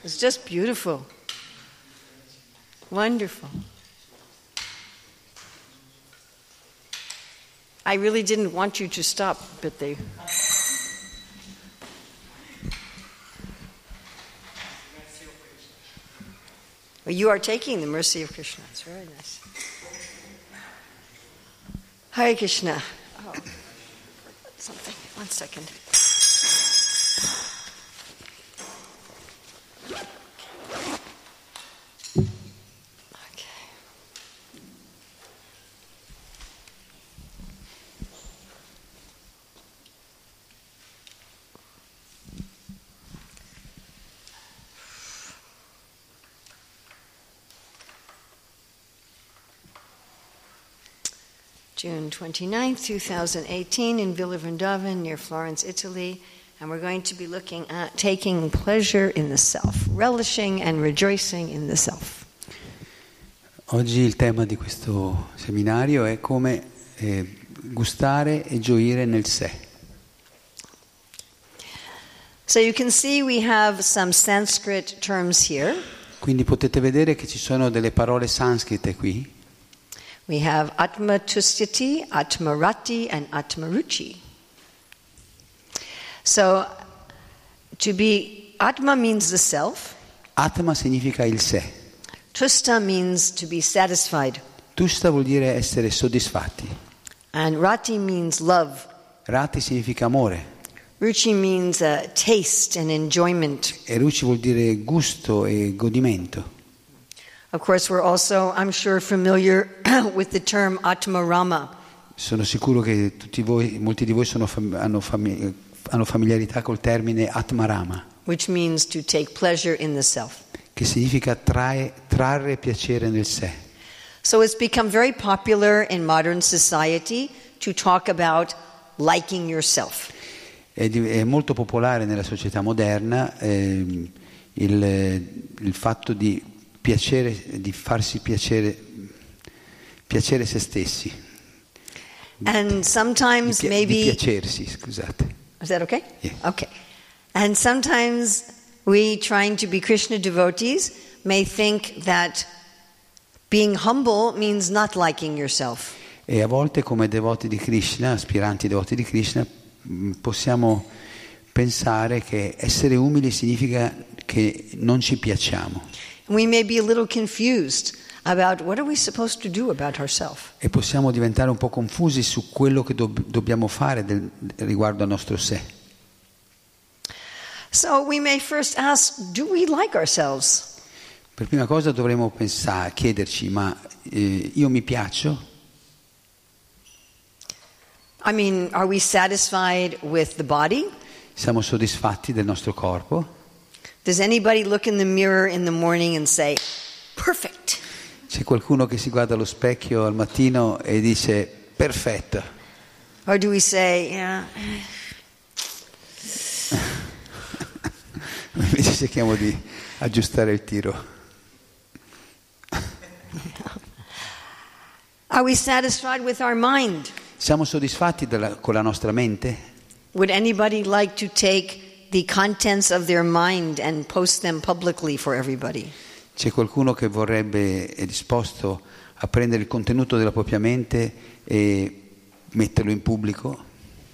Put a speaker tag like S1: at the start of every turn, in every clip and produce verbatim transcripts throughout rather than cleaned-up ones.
S1: It's just beautiful. Wonderful. I really didn't want you to stop, but they... Well, you are taking the mercy of Krishna. It's very nice. Hare Krishna. Oh, something. One second. June twenty-ninth, twenty eighteen, in Villa Vrindavan, near Florence, Italy. And we're going to be looking at taking pleasure in the self, relishing and rejoicing in the self.
S2: Oggi il tema di questo seminario è come eh, gustare e gioire nel sé.
S1: So you can see we have some Sanskrit terms here.
S2: Quindi potete vedere che ci sono delle parole sanscrite qui.
S1: We have Atmatustyati, Atmarati, and Atmaruchi. So, to be, Atma means the self.
S2: Atma significa il sé.
S1: Tusta means to be satisfied.
S2: Tusta vuol dire essere soddisfatti.
S1: And Rati means love.
S2: Rati significa amore.
S1: Ruchi means uh, taste and enjoyment.
S2: E ruchi vuol dire gusto e godimento.
S1: Of course, we're also, I'm sure, familiar with the term Atmarama.
S2: Sono sicuro che tutti voi, molti di voi sono, hanno, fami, hanno familiarità col termine Atmarama.
S1: Which means to take pleasure in the self.
S2: Che significa trae, trarre piacere nel sé.
S1: So it's become very popular in modern society to talk about liking yourself.
S2: È, è molto popolare nella società moderna eh, il, il fatto di piacere, di farsi piacere, piacere se stessi.
S1: And sometimes
S2: di,
S1: maybe
S2: di piacersi, scusate.
S1: Is that okay?
S2: Yeah.
S1: Okay. And sometimes we, trying to be Krishna devotees, may think that being humble means not liking yourself.
S2: E a volte come devoti di Krishna, aspiranti devoti di Krishna, possiamo pensare che essere umili significa che non ci piacciamo.
S1: We may be a little confused about what are we supposed to do about ourselves.
S2: E possiamo diventare un po' confusi su quello che do- dobbiamo fare del, riguardo al nostro sé.
S1: So we may first ask, do we like ourselves?
S2: Per prima cosa dovremmo pensare, chiederci, ma eh, io mi piaccio?
S1: I mean, are we satisfied with the body?
S2: Siamo soddisfatti del nostro corpo?
S1: Does anybody look in the mirror in the morning and say, perfect?
S2: C'è qualcuno che si guarda allo specchio al mattino e dice, perfetto.
S1: Or do we say, yeah.
S2: Invece cerchiamo di aggiustare il tiro.
S1: Are we satisfied with our mind?
S2: Siamo soddisfatti della, con la nostra mente?
S1: Would anybody like to take the contents of their mind and post them publicly for everybody?
S2: C'è qualcuno che vorrebbe, è disposto a prendere il contenuto della propria mente e metterlo in pubblico?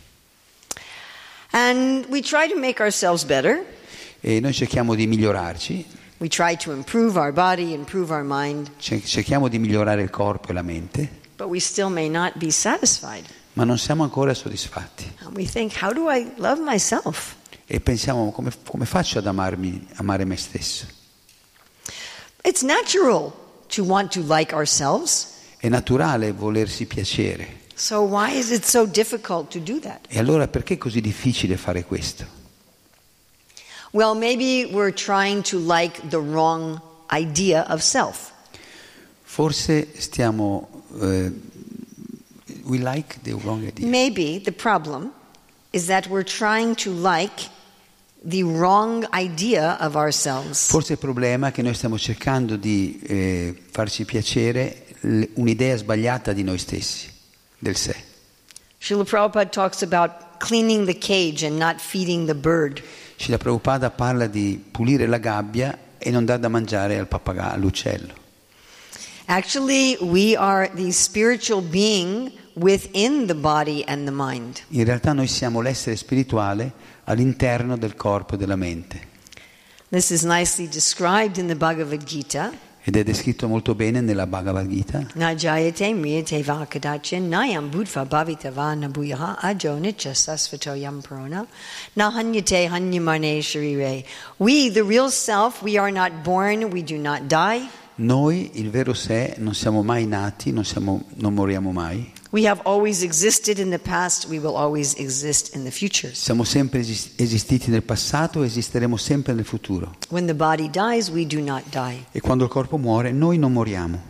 S1: And we try to make ourselves better.
S2: E noi cerchiamo di migliorarci.
S1: We try to improve our body, improve our mind.
S2: Cerchiamo di migliorare il corpo e la mente.
S1: But we still may not be satisfied.
S2: Ma non siamo ancora soddisfatti.
S1: And we think, how do I love myself?
S2: E pensiamo, come, come faccio ad amarmi, amare me stesso?
S1: It's natural to want to like ourselves.
S2: È naturale volersi piacere.
S1: So why is it so difficult to do that?
S2: E allora perché è così difficile fare questo?
S1: Well, maybe we're trying to like the wrong idea of self.
S2: Forse stiamo uh, we like the wrong idea.
S1: Maybe the problem is that we're trying to like the wrong idea of ourselves.
S2: Forse il problema è che noi stiamo cercando di eh, farci piacere un'idea sbagliata di noi stessi, del sé.
S1: Srila Prabhupada talks about cleaning the cage and not feeding the bird.
S2: Srila Prabhupada parla di pulire la gabbia e non dar da mangiare al pappagallo, all'uccello.
S1: Actually, we are the spiritual being within the body and the mind.
S2: In realtà noi siamo l'essere spirituale all'interno del corpo e della mente.
S1: This is nicely described in the Bhagavad Gita.
S2: Ed è descritto molto bene nella Bhagavad Gita.
S1: Na jayate mriyate va kadachin nayam budva bhavitava nabuyaha ajo nitya sasvatoyam prona na hanyate hanyamane sharire. We, the real self, we are not born, we do not die.
S2: Noi, il vero sé, non siamo mai nati, non, siamo, non moriamo mai.
S1: We have always existed in the past, we will always exist in the future.
S2: Siamo sempre esistiti nel passato e esisteremo sempre nel futuro.
S1: When the body dies, we do not die.
S2: E quando il corpo muore, noi non moriamo.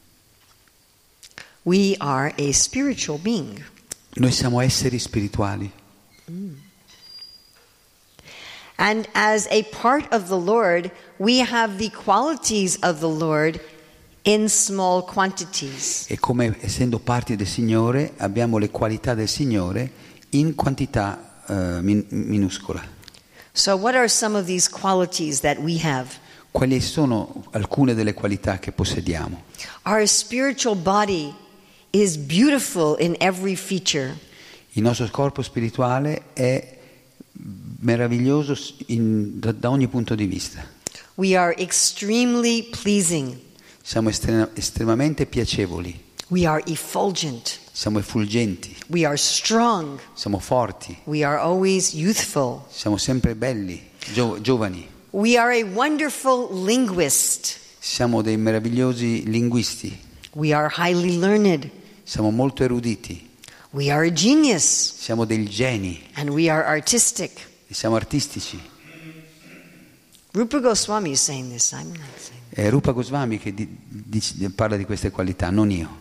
S1: We are a spiritual being.
S2: Noi siamo esseri spirituali.
S1: Mm. And as a part of the Lord, we have the qualities of the Lord in small quantities.
S2: E come essendo parti del Signore, abbiamo le qualità del Signore in quantità uh, min- minuscola.
S1: So what are some of these qualities that we have?
S2: Quali sono alcune delle qualità che possediamo?
S1: Our spiritual body is beautiful in every feature.
S2: Il nostro corpo spirituale è meraviglioso in, da, da ogni punto di vista.
S1: We are extremely pleasing.
S2: Siamo estrem- estremamente piacevoli.
S1: We are effulgent.
S2: Siamo effulgenti.
S1: We are strong.
S2: Siamo forti.
S1: We are always youthful.
S2: Siamo sempre belli, gio- giovani.
S1: We are a wonderful linguist.
S2: Siamo dei meravigliosi linguisti.
S1: We are highly learned.
S2: Siamo molto eruditi.
S1: We are a genius.
S2: Siamo dei geni.
S1: And we are artistic.
S2: E siamo artistici.
S1: Rupa Goswami is saying this. I'm not saying this.
S2: È Rupa Goswami che di, di, parla di queste qualità, non io.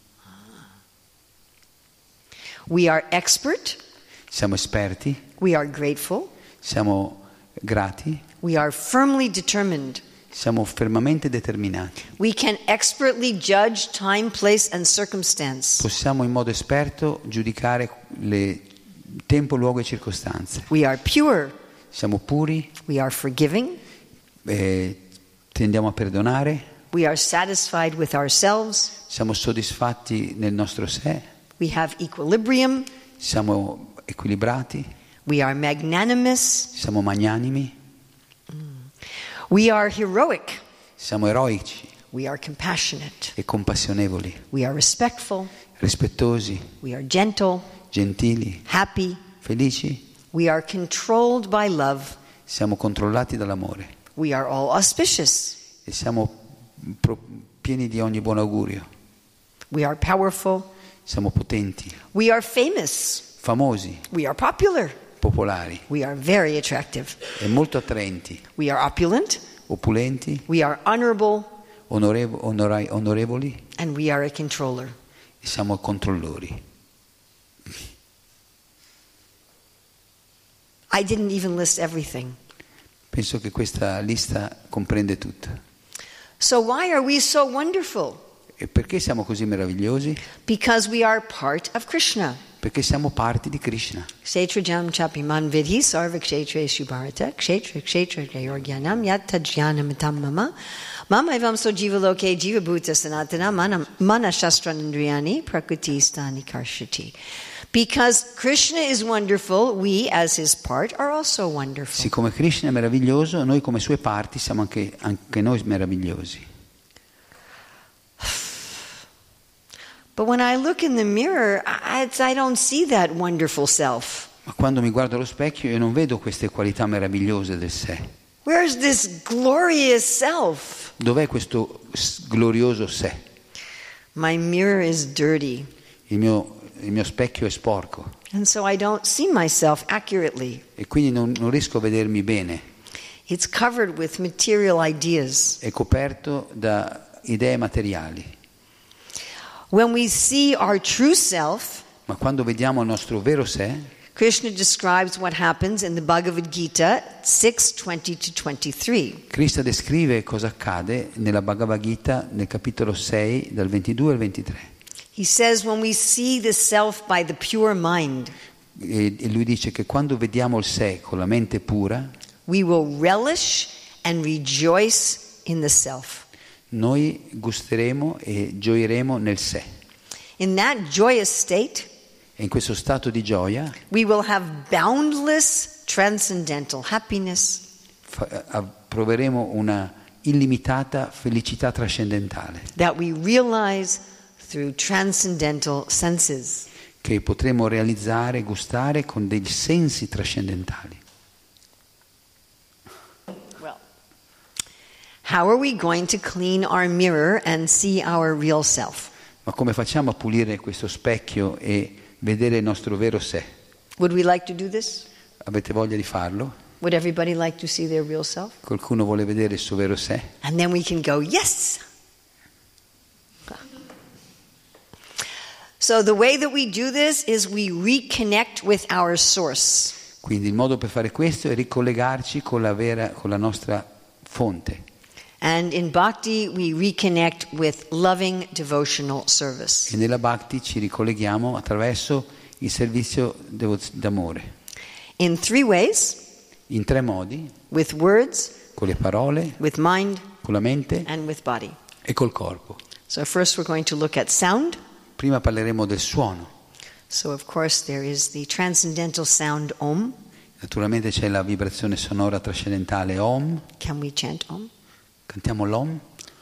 S1: We are expert.
S2: Siamo esperti.
S1: We are grateful.
S2: Siamo grati.
S1: We are firmly determined.
S2: Siamo fermamente determinati.
S1: We can expertly judge time, place and circumstance.
S2: Possiamo in modo esperto giudicare le tempo, luogo e circostanze.
S1: We are pure.
S2: Siamo puri.
S1: We are forgiving.
S2: Eh, tendiamo a perdonare.
S1: We are satisfied with ourselves.
S2: Siamo soddisfatti nel nostro sé.
S1: We have equilibrium.
S2: Siamo equilibrati.
S1: We are magnanimous.
S2: Siamo magnanimi.
S1: We are heroic.
S2: Siamo eroici.
S1: We are compassionate.
S2: E compassionevoli.
S1: We are respectful.
S2: Rispettosi.
S1: We are gentle.
S2: Gentili.
S1: Happy.
S2: Felici.
S1: We are controlled by love.
S2: Siamo controllati dall'amore.
S1: We are all auspicious.
S2: E siamo pro- pieni di ogni buon augurio.
S1: We are powerful.
S2: Siamo potenti.
S1: We are famous.
S2: Famosi.
S1: We are popular.
S2: Popolari.
S1: We are very attractive.
S2: E molto attraenti.
S1: We are opulent.
S2: Opulenti.
S1: We are honorable.
S2: Onorevo- onorai- onorevoli.
S1: And we are a controller.
S2: E siamo controllori.
S1: I didn't even list everything.
S2: Penso che questa lista comprende tutto.
S1: So why are we so wonderful?
S2: E perché siamo così meravigliosi?
S1: Because we are part of Krishna.
S2: Perché siamo parti di Krishna.
S1: Kshetrajam chapiman vidhi sarva kshetreshu bharata kshetra kshetra yorgyanam yatta jnanamitam mama mama evam so jiva loke jiva bhuta sanatana mana mana shastranandriyani prakriti stani karshati. Because Krishna is wonderful, we as his part are also wonderful.
S2: Siccome Krishna è meraviglioso, noi come sue parti siamo anche, anche noi meravigliosi.
S1: But when I look in the mirror, I, I don't see that wonderful self.
S2: Ma quando mi guardo allo specchio io non vedo queste qualità meravigliose del sé.
S1: Where's this glorious self?
S2: Dov'è questo glorioso sé?
S1: My mirror is dirty.
S2: Il mio, il mio specchio è sporco.
S1: And so I don't see myself accurately.
S2: E quindi non, non riesco a vedermi bene.
S1: It's covered with material ideas.
S2: È coperto da idee materiali.
S1: When we see our true self,
S2: Ma quando vediamo il nostro vero sé,
S1: Krishna describes what happens in the Bhagavad Gita six twenty to twenty-three.
S2: Krishna descrive cosa accade nella Bhagavad Gita nel capitolo sei dal ventidue al ventitré.
S1: He says when we see the self by the pure mind,
S2: E, e lui dice che quando vediamo il sé con la mente pura,
S1: We will relish and rejoice in the self.
S2: Noi gusteremo e gioiremo nel sé.
S1: In that joyous state,
S2: E in questo stato di gioia
S1: we will have boundless transcendental happiness.
S2: fa- proveremo una illimitata felicità trascendentale
S1: That we realize through transcendental senses.
S2: che potremo realizzare, gustare con dei sensi trascendentali.
S1: Well, how are we going to clean our mirror and see our real self?
S2: Ma come facciamo a pulire questo specchio e vedere il nostro vero sé?
S1: Would we like to do this?
S2: Avete voglia di farlo?
S1: Would everybody like to see their real self?
S2: Qualcuno vuole vedere il suo vero sé?
S1: And then we can go, yes! So the way that we do this is we reconnect with our source.
S2: Quindi il modo per fare questo è ricollegarci con la vera, con la nostra fonte.
S1: And in Bhakti, we reconnect with loving devotional service.
S2: E nella Bhakti ci ricolleghiamo attraverso il servizio devo- d'amore.
S1: In three ways,
S2: In tre modi,
S1: with words,
S2: con le parole,
S1: with mind,
S2: con la mente
S1: and with body.
S2: e col corpo.
S1: So first we're going to look at sound.
S2: Prima parleremo del suono.
S1: So of course there is the transcendental sound Om.
S2: Naturalmente c'è la vibrazione sonora trascendentale Om.
S1: Can we chant Om?
S2: Cantiamo l'Om.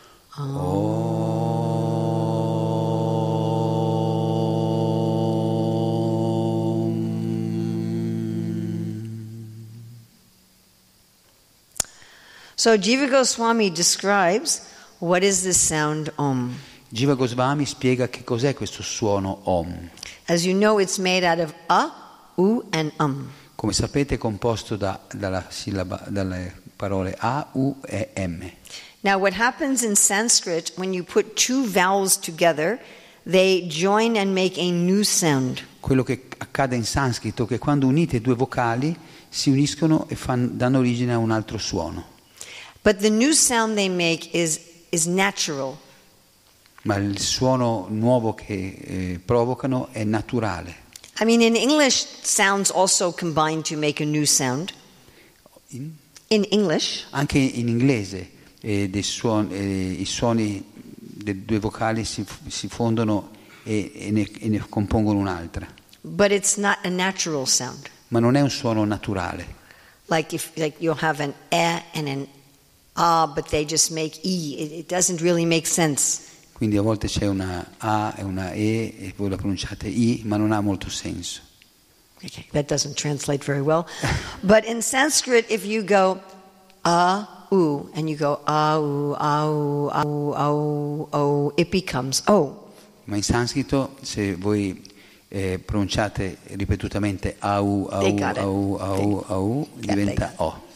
S1: So Jiva Goswami describes what is this sound Om.
S2: Jiva Goswami spiega che cos'è questo suono Om.
S1: As you know, it's made out of A, U, and Um.
S2: Come sapete è composto da, dalla sillaba, dalle parole A, U e M.
S1: Now what happens in Sanskrit, when you put two vowels together, they join and make a new sound.
S2: Quello che accade in sanscrito è che quando unite due vocali si uniscono e fan, danno origine a un altro suono.
S1: But the new sound they make is, is natural.
S2: Ma il suono nuovo che eh, provocano è naturale.
S1: I mean, in English, sounds also combine to make a new sound.
S2: In?
S1: In English,
S2: Anche in inglese eh, dei suoni, eh, i suoni dei due vocali si, si fondono e, e, ne, e ne compongono un'altra.
S1: but it's not a natural sound.
S2: Ma non è un suono naturale.
S1: Like if like you'll have an eh and an ah, but they just make e. It, it doesn't really make sense.
S2: Quindi a volte c'è una A e una E e voi la pronunciate I, ma non ha molto senso.
S1: Okay, that doesn't translate very well. But in Sanskrit, if you go ah, oo, and you go ah, oo, ah, oo, ah, oo, ah, oo, oh, it becomes oh.
S2: Ma in sanscrito se voi eh, pronunciate ripetutamente au,
S1: They
S2: au,
S1: got it.
S2: au, au, au,
S1: Yeah, they
S2: diventa
S1: got
S2: O.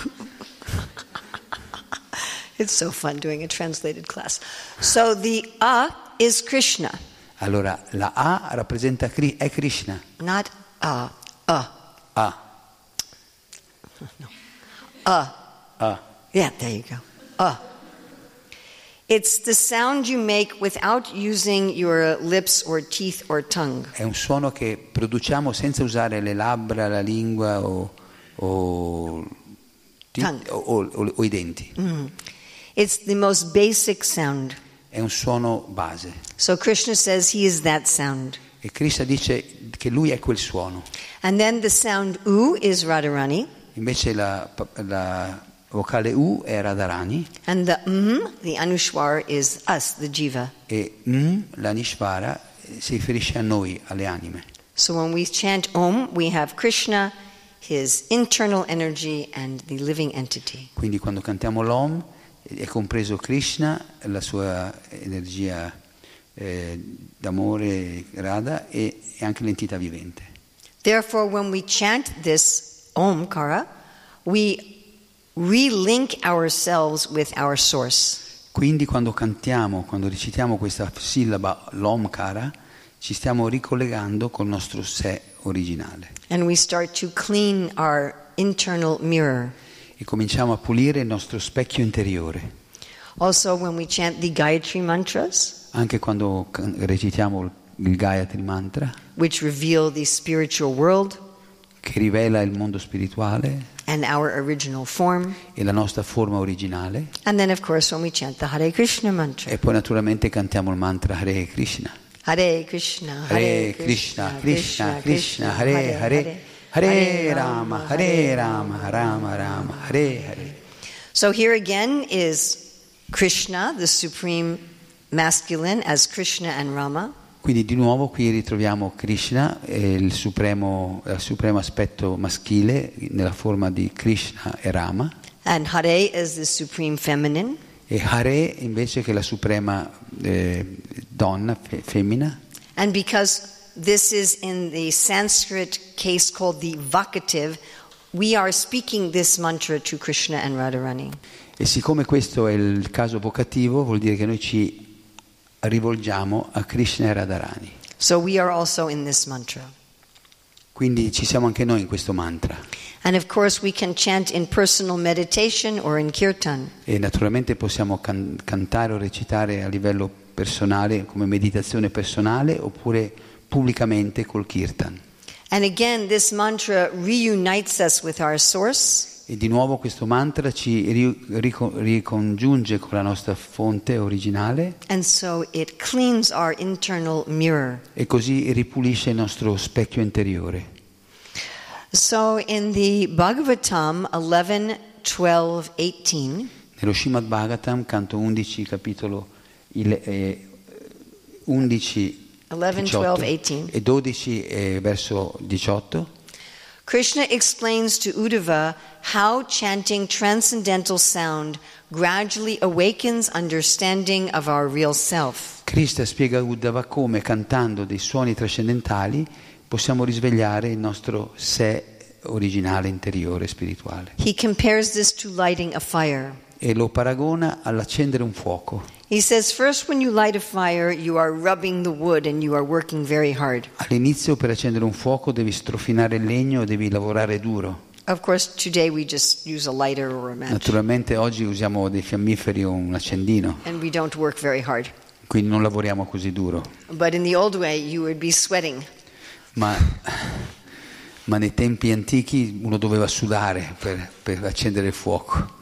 S1: It's so fun doing a translated class. So the ah is Krishna,
S2: Allora la A rappresenta Kri- è Krishna.
S1: not ah, ah,
S2: A,
S1: ah.
S2: A.
S1: Yeah, there you go. Ah. It's the sound you make without using your lips or teeth or tongue.
S2: È un suono che produciamo senza usare le labbra, la lingua o, o, ti-
S1: Tongue.
S2: o- o- o i denti.
S1: Mm. It's the most basic sound.
S2: È un suono base.
S1: So Krishna says he is that sound.
S2: E Krishna dice che lui è quel suono.
S1: And then the sound U is Radharani.
S2: Invece la, la vocale U è Radharani
S1: And the mm, the Anushwar is us, the Jiva.
S2: e M, la Nishvara, si riferisce a noi, alle anime.
S1: So when we chant Om, we have Krishna, his internal energy, and the living entity.
S2: Quindi quando cantiamo l'Om è compreso Krishna, la sua energia eh, d'amore, Radha, e, e anche l'entità vivente.
S1: Therefore, when we chant this Omkara, we relink ourselves with our source.
S2: Quindi quando cantiamo, quando recitiamo questa sillaba, l'Omkara, ci stiamo ricollegando col nostro sé originale.
S1: And we start to clean our internal mirror.
S2: E cominciamo a pulire il nostro specchio interiore.
S1: Also, when we chant the Gayatri mantras,
S2: Anche quando can- recitiamo il Gayatri Mantra,
S1: which reveal the spiritual world,
S2: che rivela il mondo spirituale,
S1: and our original form.
S2: e la nostra forma originale,
S1: And then, of course, when we chant the Hare Krishna mantra.
S2: e poi naturalmente cantiamo il mantra Hare Krishna.
S1: Hare Krishna,
S2: Hare Krishna, Krishna Krishna, Hare Hare, Hare Rama, Hare Rama, Rama Rama, Hare Hare.
S1: So here again is Krishna, the supreme masculine, as Krishna and Rama.
S2: Quindi di nuovo qui ritroviamo Krishna, eh, il, supremo, il supremo aspetto maschile nella forma di Krishna e Rama,
S1: And Hare is the supreme feminine.
S2: e Hare invece che è la suprema eh, donna, fe- femmina.
S1: And because this is in the Sanskrit case called the vocative, we are speaking this mantra to Krishna and Radharani.
S2: E siccome questo è il caso vocativo, vuol dire che noi ci rivolgiamo a Krishna e Radharani.
S1: So we are also in this mantra.
S2: Quindi ci siamo anche noi in questo mantra.
S1: And of course we can chant in personal meditation or in kirtan.
S2: E naturalmente possiamo can- cantare o recitare a livello personale, come meditazione personale, oppure pubblicamente col kirtan.
S1: And again, this mantra reunites us with our source.
S2: E di nuovo questo mantra ci ri- rico- ricongiunge con la nostra fonte originale,
S1: And so it cleans our internal mirror.
S2: e così ripulisce il nostro specchio interiore.
S1: So in the Bhagavatam eleven, twelve, eighteen,
S2: Nello Srimad Bhagavatam, canto undici, capitolo il, eh, undici,
S1: eleven,
S2: diciotto,
S1: twelve, eighteen,
S2: e dodici, eh, verso diciotto,
S1: Krishna explains to Uddhava how chanting transcendental sound gradually awakens understanding of our real self.
S2: Krishna spiega a Uddhava come, cantando dei suoni trascendentali, possiamo risvegliare il nostro sé originale, interiore, spirituale.
S1: He compares this to lighting a fire.
S2: E lo paragona all'accendere un fuoco.
S1: He says, first, when you light a fire, you are rubbing the wood and you are working very hard.
S2: All'inizio, per accendere un fuoco, devi strofinare il legno e devi lavorare duro.
S1: Of course, today we just use a lighter or a match,
S2: Naturalmente oggi usiamo dei fiammiferi o un accendino,
S1: and we don't work very hard.
S2: quindi non lavoriamo così duro.
S1: But in the old way, you would be sweating.
S2: Ma, ma nei tempi antichi uno doveva sudare per, per accendere il fuoco.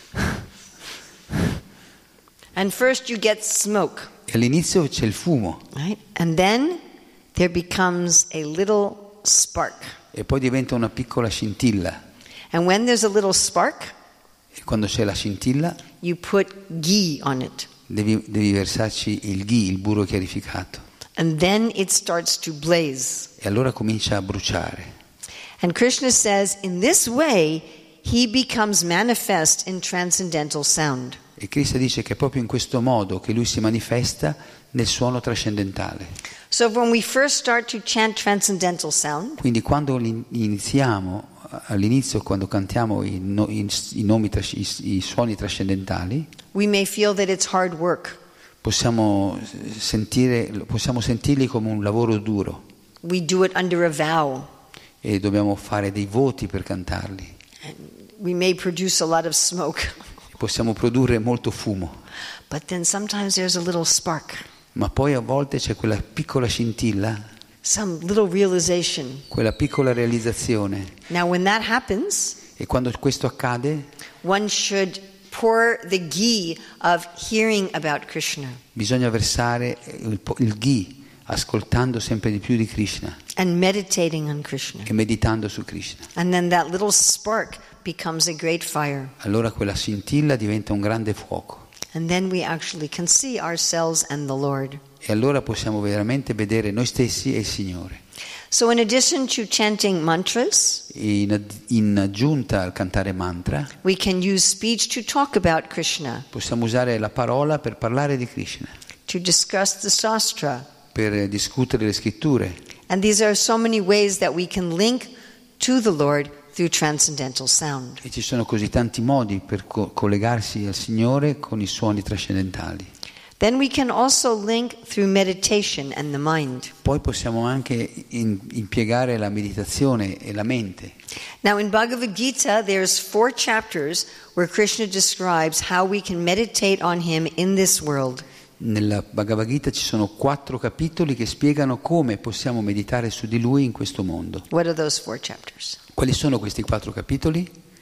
S1: And first you get smoke,
S2: E all'inizio c'è il fumo,
S1: right? And then there becomes a little spark.
S2: e poi diventa una piccola scintilla.
S1: And when there's a little spark,
S2: E quando c'è la scintilla
S1: you put ghee on it.
S2: devi, devi versarci il ghee, il burro chiarificato.
S1: And then it starts to blaze.
S2: E allora comincia a bruciare.
S1: And Krishna says, in this way, he becomes manifest in transcendental sound.
S2: E Krishna dice che è proprio in questo modo che lui si manifesta nel suono trascendentale.
S1: So when we first start to chant transcendental sound,
S2: Quindi quando li- iniziamo, all'inizio quando cantiamo i, no- i- i nomi tras- i- i suoni trascendentali,
S1: we may feel that it's hard work.
S2: possiamo sentire, possiamo sentirli come un lavoro duro,
S1: We do it under a vow.
S2: e dobbiamo fare dei voti per cantarli.
S1: And we may produce a lot of smoke.
S2: Possiamo produrre molto fumo,
S1: But then sometimes there's a little spark,
S2: ma poi a volte c'è quella piccola scintilla,
S1: some little realization.
S2: quella piccola realizzazione.
S1: Now when that happens,
S2: E quando questo accade,
S1: one should pour the ghee of hearing about Krishna
S2: bisogna versare il, po- il ghee, ascoltando sempre di più di Krishna
S1: and meditating on Krishna.
S2: e meditando su Krishna.
S1: And then that little spark becomes a great fire.
S2: Allora quella scintilla diventa un grande fuoco,
S1: And then we actually can see ourselves and the Lord.
S2: e allora possiamo veramente vedere noi stessi e il Signore.
S1: So in addition to chanting mantras,
S2: In, in aggiunta al cantare mantra,
S1: we can use speech to talk about Krishna,
S2: possiamo usare la parola per parlare di Krishna,
S1: to discuss the Shastra.
S2: per discutere le scritture.
S1: And these are so many ways that we can link to the Lord through transcendental sound.
S2: E ci sono così tanti modi per co- collegarsi al Signore con i suoni trascendentali.
S1: Then we can also link through meditation and the mind.
S2: Poi possiamo anche in- impiegare la meditazione e la mente.
S1: Now in Bhagavad Gita, there's four chapters where Krishna describes how we can meditate on him in this world.
S2: Nella Bhagavad Gita ci sono quattro capitoli che spiegano come possiamo meditare su di Lui in questo mondo.
S1: What are those four chapters?
S2: Quali sono questi quattro capitoli?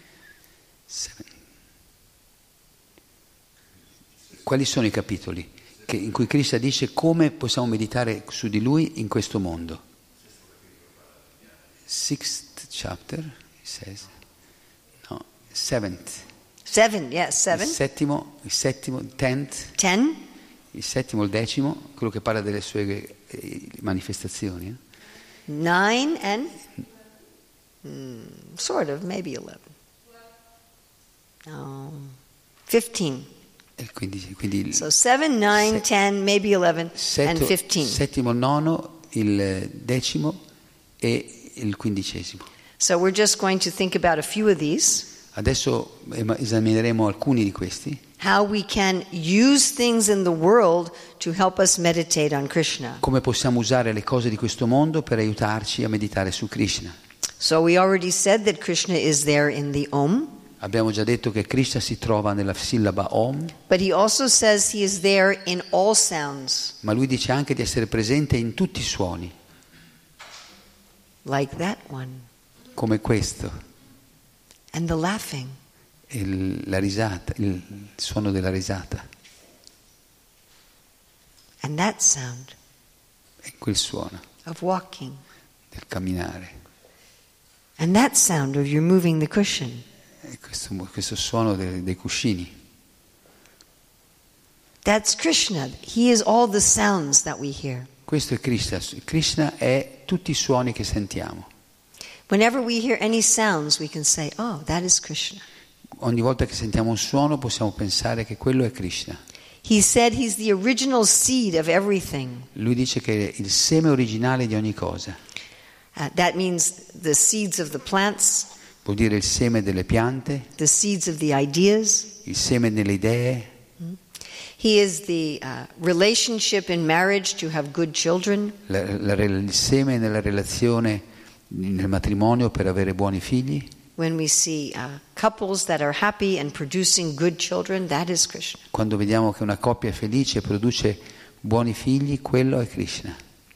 S2: Seven. Quali sono i capitoli che, in cui Krishna dice come possiamo meditare su di lui in questo mondo? Sixth chapter, he says. No, seventh.
S1: Seven, yes, seven.
S2: Il settimo, il settimo, tenth.
S1: Ten.
S2: Il settimo, il decimo, quello che parla delle sue eh, manifestazioni. Eh?
S1: Nine and mm, sort of, maybe eleven. No, fifteen.
S2: E quindi, quindi il
S1: So seven, nine,
S2: se-
S1: ten, maybe eleven,
S2: setto-
S1: and fifteen.
S2: settimo, nono, il decimo e il quindicesimo.
S1: So we're just going to think about a few of these.
S2: Adesso em- esamineremo alcuni di questi,
S1: How we can use things in the world to help us meditate on Krishna.
S2: come possiamo usare le cose di questo mondo per aiutarci a meditare su Krishna.
S1: So we already said that Krishna is there in the Om,
S2: Abbiamo già detto che Krishna si trova nella sillaba Om,
S1: but he also says he is there in all sounds,
S2: ma lui dice anche di essere presente in tutti i suoni,
S1: like that one,
S2: come questo,
S1: and the laughing,
S2: il, la risata, il, il suono della risata,
S1: and that sound
S2: e quel suono
S1: of walking,
S2: del camminare,
S1: and that sound of you moving the cushion.
S2: e questo, questo suono dei, dei cuscini.
S1: That's Krishna. He is all the sounds that we hear.
S2: Questo è Krishna. Krishna è tutti i suoni che sentiamo.
S1: Whenever we hear any sounds, we can say, oh, that is Krishna.
S2: Ogni volta che sentiamo un suono possiamo pensare che quello è Krishna.
S1: He said he's the original seed of everything.
S2: Lui dice che è il seme originale di ogni cosa.
S1: Uh, that means the seeds of the plants,
S2: Vuol dire il seme delle piante,
S1: the seeds of the ideas.
S2: il seme delle idee.
S1: He is the uh, relationship in marriage to have good children.
S2: La, la, il seme nella relazione, nel matrimonio per avere buoni figli.
S1: When we see uh, couples that are happy and producing good children, that is Krishna.
S2: Quando vediamo che una coppia è felice e produce buoni figli, quello è Krishna.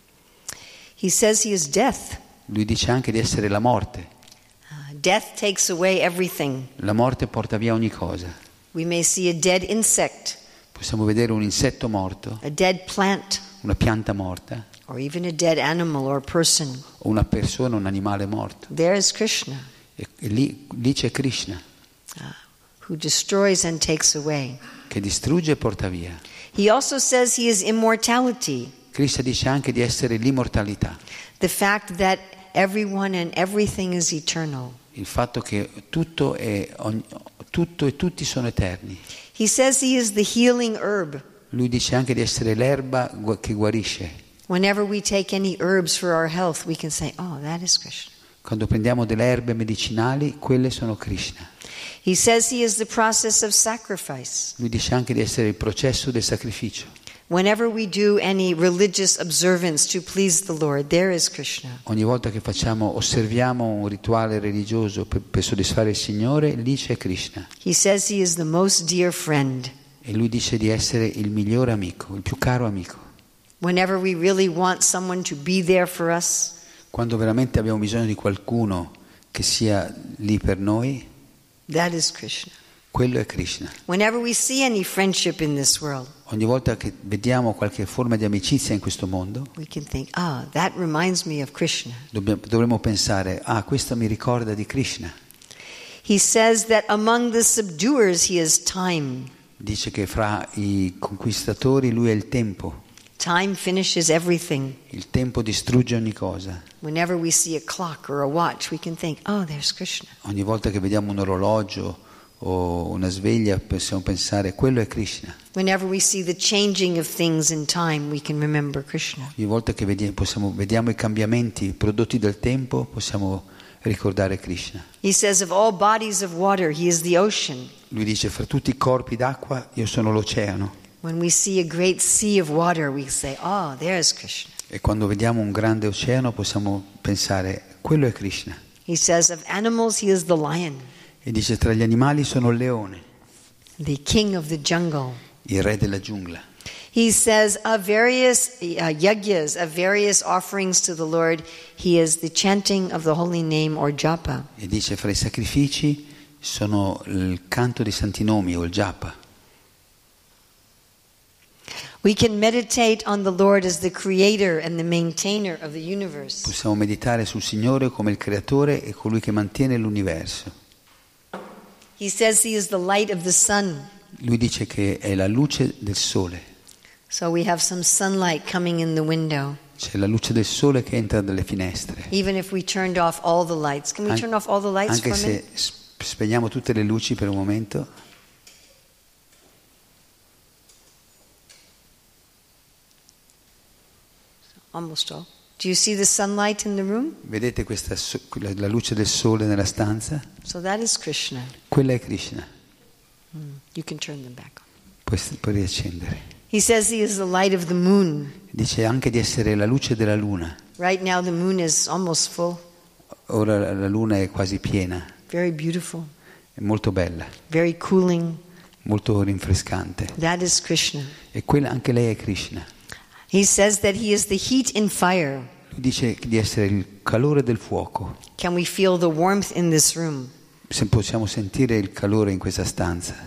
S1: He says he is death.
S2: Lui dice anche di essere la morte.
S1: Uh, death takes away everything.
S2: La morte porta via ogni cosa.
S1: We may see a dead insect,
S2: Possiamo vedere un insetto morto,
S1: a dead plant,
S2: una pianta morta,
S1: or even a dead animal or person.
S2: o una persona, un animale morto.
S1: There is Krishna,
S2: E, e lì, lì c'è Krishna,
S1: uh, who destroys and takes away.
S2: che distrugge e porta via.
S1: He also says he is immortality,
S2: Krishna dice anche di essere l'immortalità,
S1: the fact that everyone and everything is eternal.
S2: il fatto che tutto e, ogni, tutto e tutti sono eterni.
S1: He says he is the healing herb.
S2: Lui dice anche di essere l'erba gu- che guarisce.
S1: Whenever we take any herbs for our health, we can say, oh, that is Krishna.
S2: Quando prendiamo delle erbe medicinali, quelle sono Krishna.
S1: He says he is the process of sacrifice.
S2: Lui dice anche di essere il processo del sacrificio.
S1: Whenever we do any religious observance to please the Lord, there is Krishna.
S2: Ogni volta che facciamo, osserviamo un rituale religioso per, per soddisfare il Signore, lì c'è Krishna.
S1: He says he is the most dear friend.
S2: E lui dice di essere il migliore amico, il più caro amico.
S1: Whenever we really want someone to be there for us,
S2: Quando veramente abbiamo bisogno di qualcuno che sia lì per noi,
S1: that is Krishna.
S2: quello è Krishna.
S1: Whenever we see any friendship in this world,
S2: Ogni volta che vediamo qualche forma di amicizia in questo mondo,
S1: we can think, ah, that reminds me of Krishna.
S2: dobbiamo, dovremmo pensare, ah, questo mi ricorda di Krishna.
S1: He says that among the subduers he is time.
S2: Dice che fra i conquistatori lui è il tempo.
S1: Time finishes everything.
S2: Il tempo distrugge ogni cosa.
S1: Whenever we see a clock or a watch, we can think, oh, there's Krishna.
S2: Ogni volta che vediamo un orologio o una sveglia possiamo pensare, quello è Krishna.
S1: Whenever we see the changing of things in time, we can remember Krishna.
S2: Ogni volta che vediamo, possiamo, vediamo i cambiamenti prodotti dal tempo, possiamo ricordare Krishna.
S1: He says of all bodies of water, he is the ocean.
S2: Lui dice, fra tutti i corpi d'acqua, io sono l'oceano.
S1: When we see a great sea of water, we say, oh, there's Krishna.
S2: E quando vediamo un grande oceano possiamo pensare, quello è Krishna.
S1: He says of animals, he is the lion,
S2: E dice, tra gli animali sono il leone,
S1: the king of the jungle.
S2: il re della giungla.
S1: He says of various uh, yagyas, of various offerings to the Lord, he is the chanting of the holy name or japa.
S2: E dice, fra i sacrifici sono il canto dei santi nomi o il japa.
S1: We can meditate on the Lord as the creator and the maintainer of the universe.
S2: Possiamo meditare sul Signore come il creatore e colui che mantiene l'universo.
S1: He says he is the light of the sun.
S2: Lui dice che è la luce del sole.
S1: So we have some sunlight coming in the window.
S2: C'è la luce del sole che entra dalle finestre.
S1: Even if we turned off all the lights. Can we
S2: An-
S1: turn off all the lights
S2: Anche
S1: for a
S2: se
S1: minute?
S2: sp- spegniamo tutte le luci per un momento.
S1: Almost all. Do you see the sunlight in the room?
S2: Vedete questa so- la, la luce del sole nella stanza?
S1: So that is Krishna.
S2: Quella è Krishna.
S1: Mm. You can turn them back on.
S2: Puoi, puoi riaccendere.
S1: He says he is the light of the moon.
S2: Dice anche di essere la luce della luna.
S1: Right now the moon is almost full.
S2: Ora la- la luna è quasi piena,
S1: Very beautiful.
S2: è molto bella,
S1: Very cooling.
S2: molto rinfrescante.
S1: That is Krishna.
S2: E quella, anche lei è Krishna.
S1: He says that he is the heat in fire.
S2: Lui dice di essere il calore del fuoco.
S1: Can we feel the warmth in this room?
S2: Se possiamo sentire il calore in questa stanza.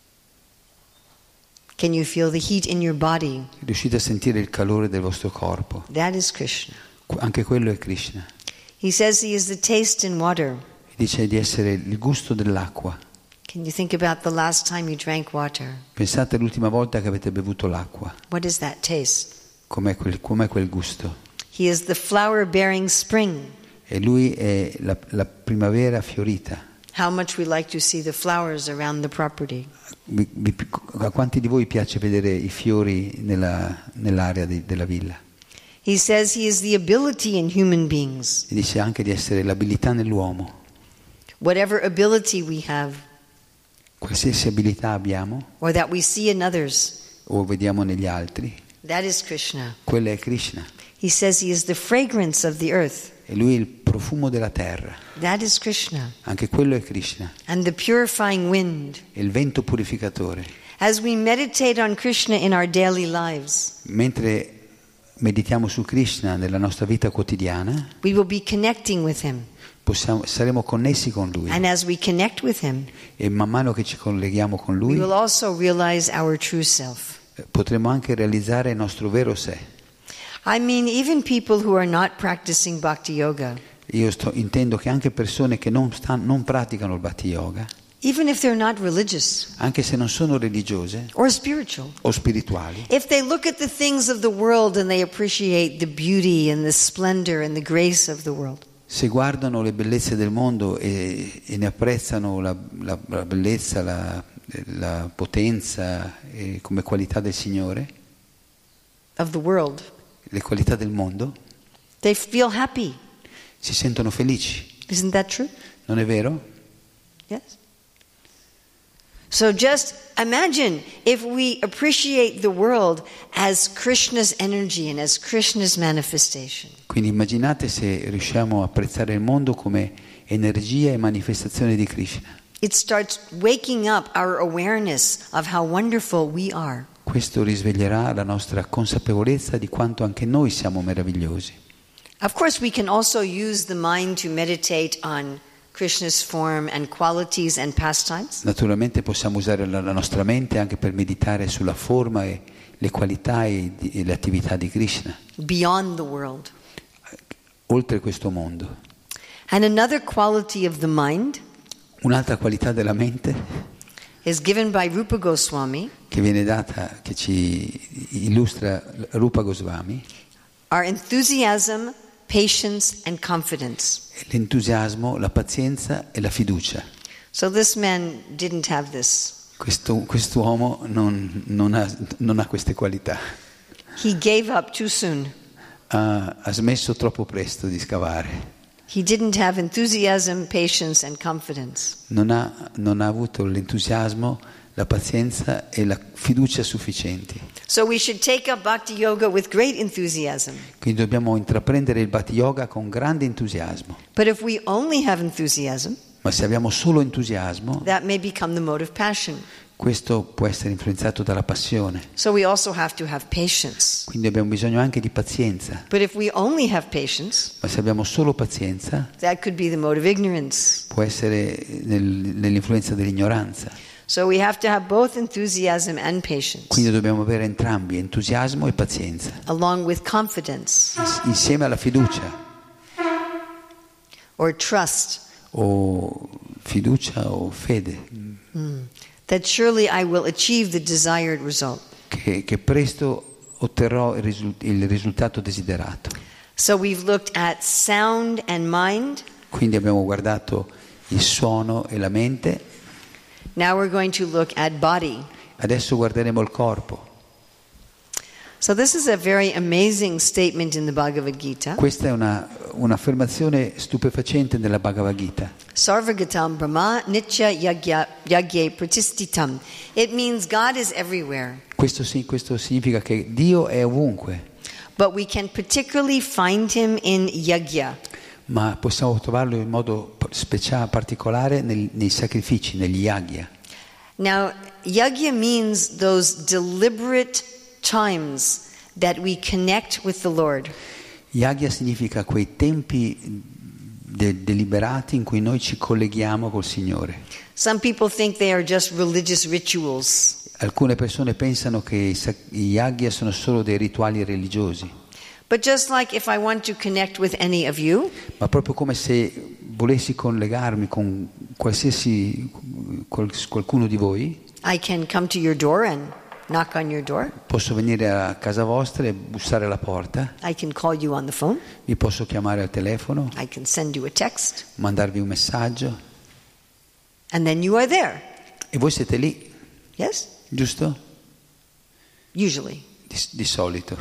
S1: Can you feel the heat in your body?
S2: Riuscite a sentire il calore del vostro corpo.
S1: That is Krishna.
S2: Anche quello è Krishna.
S1: He says he is the taste in water.
S2: Dice di essere il gusto dell'acqua.
S1: Can you think about the last time you drank water?
S2: Pensate all'ultima volta che avete bevuto l'acqua.
S1: What is that taste?
S2: Com'è quel, com'è quel gusto?
S1: He is the flower-bearing spring.
S2: E lui è la, la primavera fiorita.
S1: How much we like to see the flowers around the property.
S2: Vi- vi- a quanti di voi piace vedere i fiori nella, nell'area di, della villa?
S1: He says he is the ability in human beings.
S2: E dice anche di essere l'abilità nell'uomo.
S1: Whatever ability we have,
S2: Qualsiasi abilità abbiamo
S1: or that we see in others,
S2: o vediamo negli altri,
S1: that is Krishna.
S2: quella è Krishna.
S1: He says he is the fragrance of the earth.
S2: E lui è il profumo della terra.
S1: That is Krishna.
S2: Anche quello è Krishna.
S1: And the purifying wind.
S2: È il vento purificatore.
S1: As we meditate on Krishna in our daily lives,
S2: Mentre meditiamo su Krishna nella nostra vita quotidiana,
S1: we will be connecting with him.
S2: possiamo, saremo connessi con lui.
S1: And as we connect with him,
S2: E man mano che ci colleghiamo con
S1: we
S2: lui,
S1: will also realize our true self.
S2: eh, potremo anche realizzare il nostro vero sé.
S1: I mean, even people who are not practicing bhakti yoga,
S2: Io sto, intendo che anche persone che non, stan- non praticano il Bhakti Yoga,
S1: even if they're not religious
S2: anche se non sono religiose
S1: or spiritual,
S2: o spirituali,
S1: if they look at the things of the world and they appreciate the beauty and the splendor and the grace of the world,
S2: se guardano le bellezze del mondo e, e ne apprezzano la, la- la bellezza, la, la potenza e come qualità del Signore,
S1: of the world,
S2: le qualità del mondo,
S1: they feel happy.
S2: si sentono felici.
S1: Isn't that true?
S2: Non è vero?
S1: Yes. So just imagine if we appreciate the world as Krishna's energy and as Krishna's manifestation.
S2: Quindi immaginate se riusciamo a apprezzare il mondo come energia e manifestazione di Krishna.
S1: It starts waking up our awareness of how wonderful we are.
S2: Questo risveglierà la nostra consapevolezza di quanto anche noi siamo meravigliosi.
S1: Of course, we can also use the mind to meditate on Krishna's form and qualities and pastimes.
S2: Naturalmente possiamo usare la, la nostra mente anche per meditare sulla forma e le qualità e, di- e le attività di Krishna,
S1: Beyond the world.
S2: oltre questo mondo.
S1: And another quality of the mind
S2: Un'altra qualità della mente
S1: is given by Rupa Goswami,
S2: che viene data, che ci illustra Rupa Goswami,
S1: are enthusiasm, patience, and confidence.
S2: è l'entusiasmo, la pazienza e la fiducia.
S1: So this man didn't have this.
S2: Questo, quest'uomo non, non ha, non ha queste qualità.
S1: He gave up too soon.
S2: Ha, ha smesso troppo presto di scavare.
S1: He didn't have enthusiasm, patience, and confidence.
S2: Non ha, non ha avuto l'entusiasmo, la pazienza e la fiducia sufficienti.
S1: So we should take up bhakti yoga with great enthusiasm.
S2: Quindi dobbiamo intraprendere il Bhakti Yoga con grande entusiasmo.
S1: But if we only have enthusiasm,
S2: Ma se abbiamo solo entusiasmo,
S1: that may become the mode of passion.
S2: Questo può essere influenzato dalla passione.
S1: So we also have to have patience.
S2: Quindi abbiamo bisogno anche di pazienza.
S1: But if we only have patience,
S2: Ma se abbiamo solo pazienza,
S1: that could be the mode of ignorance.
S2: può essere nel, nell'influenza dell'ignoranza.
S1: So we have to have both enthusiasm and patience,
S2: Quindi dobbiamo avere entrambi, entusiasmo e pazienza,
S1: along with confidence
S2: ins- insieme alla fiducia,
S1: or trust
S2: o fiducia o fede,
S1: that surely I will achieve the desired result.
S2: che, che presto otterrò il, risul- il risultato desiderato.
S1: So we've looked at sound and mind.
S2: Quindi abbiamo guardato il suono e la mente,
S1: Now we're going to look at body.
S2: adesso guarderemo il corpo.
S1: So this is a very amazing statement in the Bhagavad Gita.
S2: Questa è una, un'affermazione stupefacente nella Bhagavad Gita.
S1: Sarvagatam Brahma Nitya Yagya Yagye Pratistitam. It means God is everywhere,
S2: Questo, sì, questo significa che Dio è ovunque,
S1: but we can particularly find him in Yagya.
S2: ma possiamo trovarlo in modo speciale, particolare nel- nei sacrifici, negli yagya.
S1: Now, Yagya means those deliberate times that we connect with the Lord.
S2: Yagya significa quei tempi de- deliberati in cui noi ci colleghiamo col Signore.
S1: Some people think they are just religious rituals.
S2: Alcune persone pensano che i sac- i yagya sono solo dei rituali religiosi,
S1: But just like if I want to connect with any of you,
S2: ma proprio come se volessi collegarmi con qualsiasi qual- qualcuno di voi,
S1: I can come to your door and knock on your door.
S2: posso venire a casa vostra e bussare alla porta,
S1: I can call you on the phone.
S2: vi posso chiamare al telefono,
S1: I can send you a text.
S2: mandarvi un messaggio
S1: And then you are there.
S2: e voi siete lì,
S1: Yes?
S2: giusto?
S1: Usually.
S2: Di, di solito.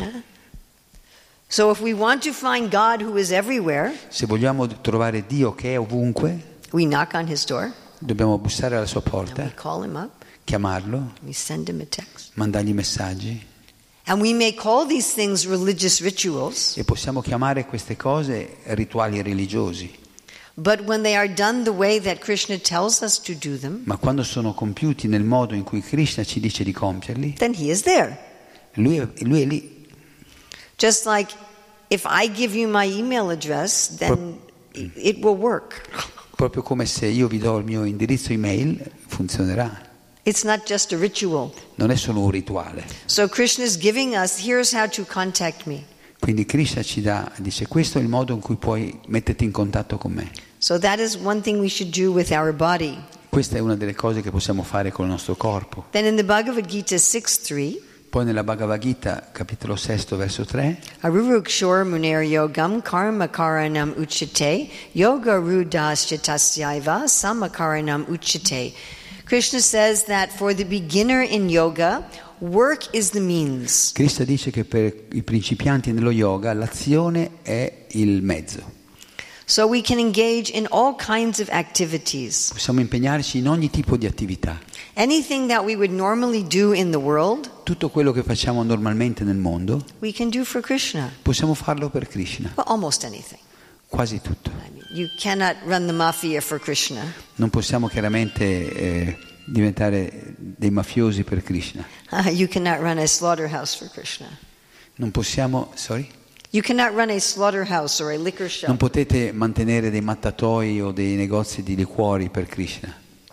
S1: So if we want to find God who is everywhere,
S2: Se vogliamo trovare Dio che è ovunque,
S1: we knock on his door,
S2: dobbiamo bussare alla sua
S1: and we
S2: porta,
S1: call him up,
S2: chiamarlo,
S1: we send him a text.
S2: mandargli messaggi,
S1: And we may call these things religious rituals,
S2: e possiamo chiamare queste cose rituali religiosi,
S1: but when they are done the way that Krishna tells us to do them,
S2: ma quando sono compiuti nel modo in cui Krishna ci dice di compierli,
S1: then he is there.
S2: lui è, lui è lì.
S1: Just like if I give you my email address, then it will work.
S2: Proprio come se io vi do il mio indirizzo email, funzionerà.
S1: It's not just a ritual.
S2: Non è solo un rituale.
S1: So Krishna is giving us, here's how to contact me.
S2: Quindi Krishna ci dà, dice, questo è il modo in cui puoi metterti in contatto con me.
S1: So that is one thing we should do with our body.
S2: Questa è una delle cose che possiamo fare con il nostro corpo.
S1: Then in the Bhagavad Gita six three,
S2: Poi nella Bhagavad Gita, capitolo sei, verso tre,
S1: Arurukshor muner yogam karma karanam uchite yoga rudasyatasya samakaranam uchite. Krishna says that for the beginner in yoga, work is the means.
S2: Krishna dice che per i principianti nello yoga l'azione è il mezzo.
S1: So we can engage in all kinds of activities.
S2: Possiamo impegnarci in ogni tipo di attività.
S1: Anything that we would normally do in the world,
S2: Tutto quello che facciamo normalmente nel mondo,
S1: we can do for Krishna.
S2: possiamo farlo per Krishna.
S1: Well, almost anything.
S2: Quasi tutto.
S1: I mean, you cannot run the mafia for Krishna.
S2: Non possiamo chiaramente eh, diventare dei mafiosi per Krishna.
S1: Uh, you cannot run a slaughterhouse for Krishna.
S2: Non possiamo, sorry?
S1: You cannot run a slaughterhouse or a liquor shop.
S2: Non potete mantenere dei mattatoi o dei negozi di liquori per Krishna.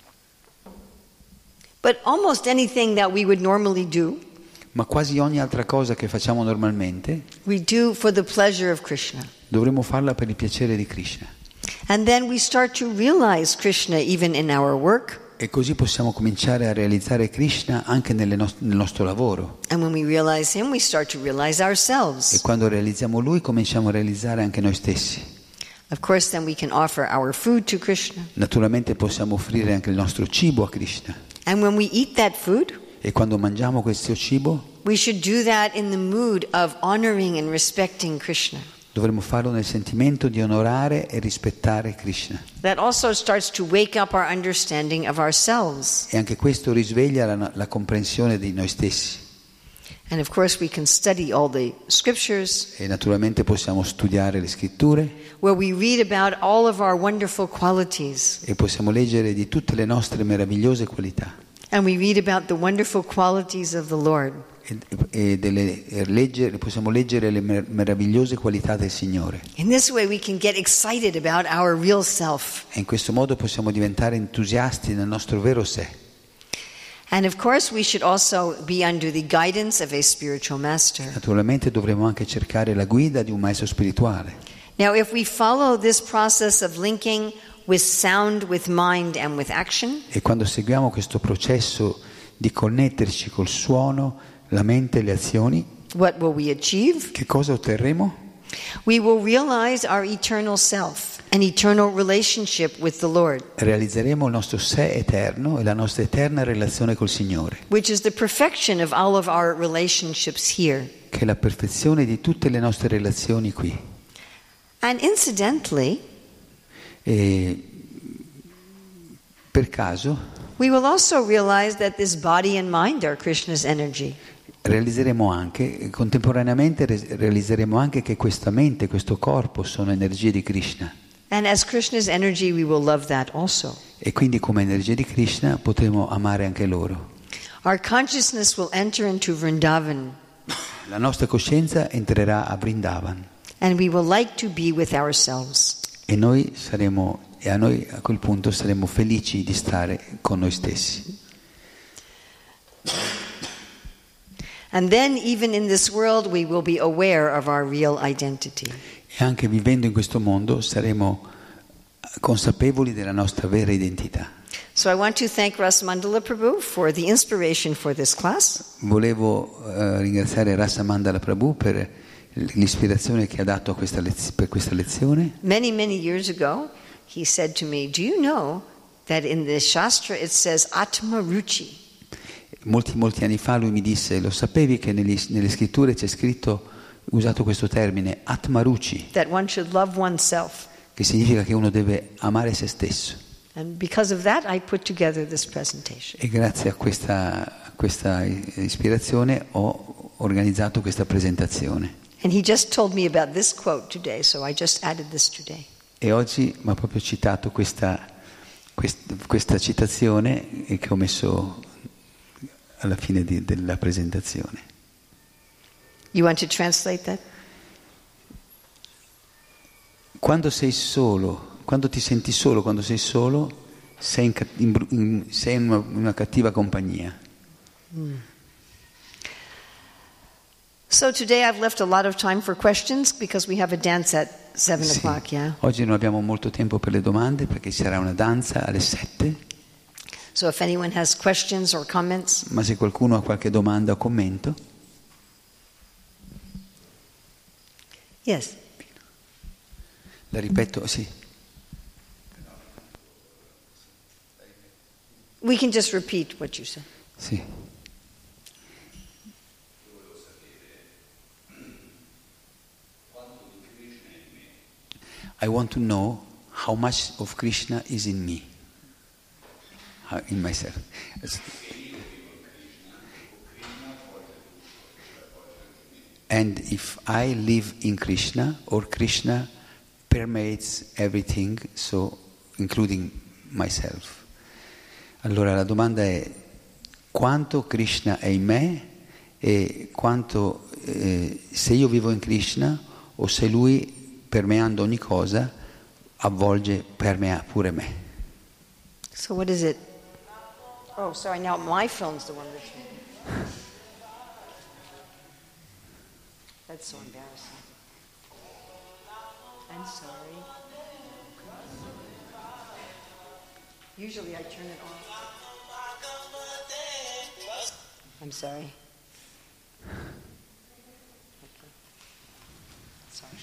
S1: But almost anything that we would normally do,
S2: Ma quasi ogni altra cosa che facciamo normalmente
S1: we do for the pleasure of Krishna.
S2: dovremmo farla per il piacere di Krishna.
S1: And then we start to realize Krishna even in our work.
S2: E così possiamo cominciare a realizzare Krishna anche nelle nost- nel nostro lavoro.
S1: And when we realize Him, we start to realize
S2: E
S1: ourselves.
S2: quando realizziamo Lui cominciamo a realizzare anche noi stessi.
S1: Of course, then we can offer our food to Krishna.
S2: Naturalmente possiamo offrire anche il nostro cibo a Krishna.
S1: And when we eat that food,
S2: E quando mangiamo questo cibo
S1: we should do that in the mood of honoring and respecting Krishna.
S2: dovremmo farlo nel sentimento di onorare e rispettare Krishna.
S1: That also starts to wake up our understanding of ourselves.
S2: E anche questo risveglia la, la comprensione di noi stessi.
S1: And of course, we can study all the scriptures
S2: E naturalmente possiamo studiare le scritture
S1: where we read about all of our wonderful qualities.
S2: e possiamo leggere di tutte le nostre meravigliose qualità.
S1: And we read about the wonderful qualities of the Lord.
S2: E, e delle, e leggere, possiamo leggere le mer- meravigliose qualità del Signore.
S1: In this way we can get excited about our real self.
S2: E in questo modo possiamo diventare entusiasti del nostro vero sé.
S1: And of course we should also be under the guidance of a spiritual master.
S2: Naturalmente dovremo anche cercare la guida di un maestro spirituale.
S1: Now if we follow this process of linking with sound, with mind and with action,
S2: E quando seguiamo questo processo di connetterci col suono, la mente e le azioni,
S1: what will we achieve?
S2: che cosa otterremo?
S1: We will realize our eternal self, an eternal relationship with the Lord,
S2: Realizzeremo il nostro sé eterno e la nostra eterna relazione col Signore,
S1: which is the perfection of all of our relationships here.
S2: che è la perfezione di tutte le nostre relazioni qui.
S1: And incidentally,
S2: E per caso
S1: we will also realize that this body and mind are Krishna's energy.
S2: realizzeremo anche, contemporaneamente re- realizzeremo anche che questa mente, questo corpo sono energie di Krishna.
S1: And as Krishna's energy, we will love that also.
S2: E quindi come energie di Krishna potremo amare anche loro.
S1: Our consciousness will enter into Vrindavan,
S2: La nostra coscienza entrerà a Vrindavan
S1: and we will like to be with ourselves.
S2: e noi saremo, e a noi a quel punto saremo felici di stare con noi stessi.
S1: And then, even in this world, we will be aware of our real identity.
S2: E anche vivendo in questo mondo saremo consapevoli della nostra vera identità.
S1: So I want to thank Rasmandala Prabhu for the inspiration for this class.
S2: Volevo eh, ringraziare Rasamandala Prabhu per l'ispirazione che ha dato a questa lez- per questa lezione.
S1: Many, many years ago, he said to me, do you know that in the Shastra it says Atma Ruchi?
S2: Molti, molti anni fa lui mi disse, lo sapevi che negli- nelle scritture c'è scritto, usato questo termine, Atmaruchi,
S1: That one should love oneself.
S2: che significa che uno deve amare se stesso.
S1: And because of that, I put together this presentation.
S2: E grazie a questa, a questa ispirazione ho organizzato questa presentazione.
S1: And he just told me about this quote today, so I just added this today.
S2: E oggi mi ha proprio citato questa, questa, questa citazione e che ho messo alla fine di, della presentazione.
S1: You want to translate that?
S2: Quando sei solo, quando ti senti solo, quando sei solo, sei in, ca- in bru- in- sei in una, una cattiva compagnia.
S1: Mm. So today I've left a lot of time for questions because we have a dance at seven
S2: Sì.
S1: o'clock, yeah?
S2: Oggi non abbiamo molto tempo per le domande perché ci sarà una danza alle sette,
S1: So if anyone has questions or comments.
S2: ma se qualcuno ha qualche domanda o commento.
S1: Yes.
S2: La ripeto, sì.
S1: We can just repeat what you said.
S2: Sì. I want to know how much of Krishna is in me, uh, in myself. And if I live in Krishna, or Krishna permeates everything, so including myself. Allora la domanda è quanto Krishna è in me e quanto eh, se io vivo in Krishna o se lui permeando ogni cosa avvolge, permea pure me.
S1: So what is it? Oh, sorry, now my phone's the one that's... That's so embarrassing. I'm sorry. Usually I turn it off. I'm sorry. Okay. Sorry.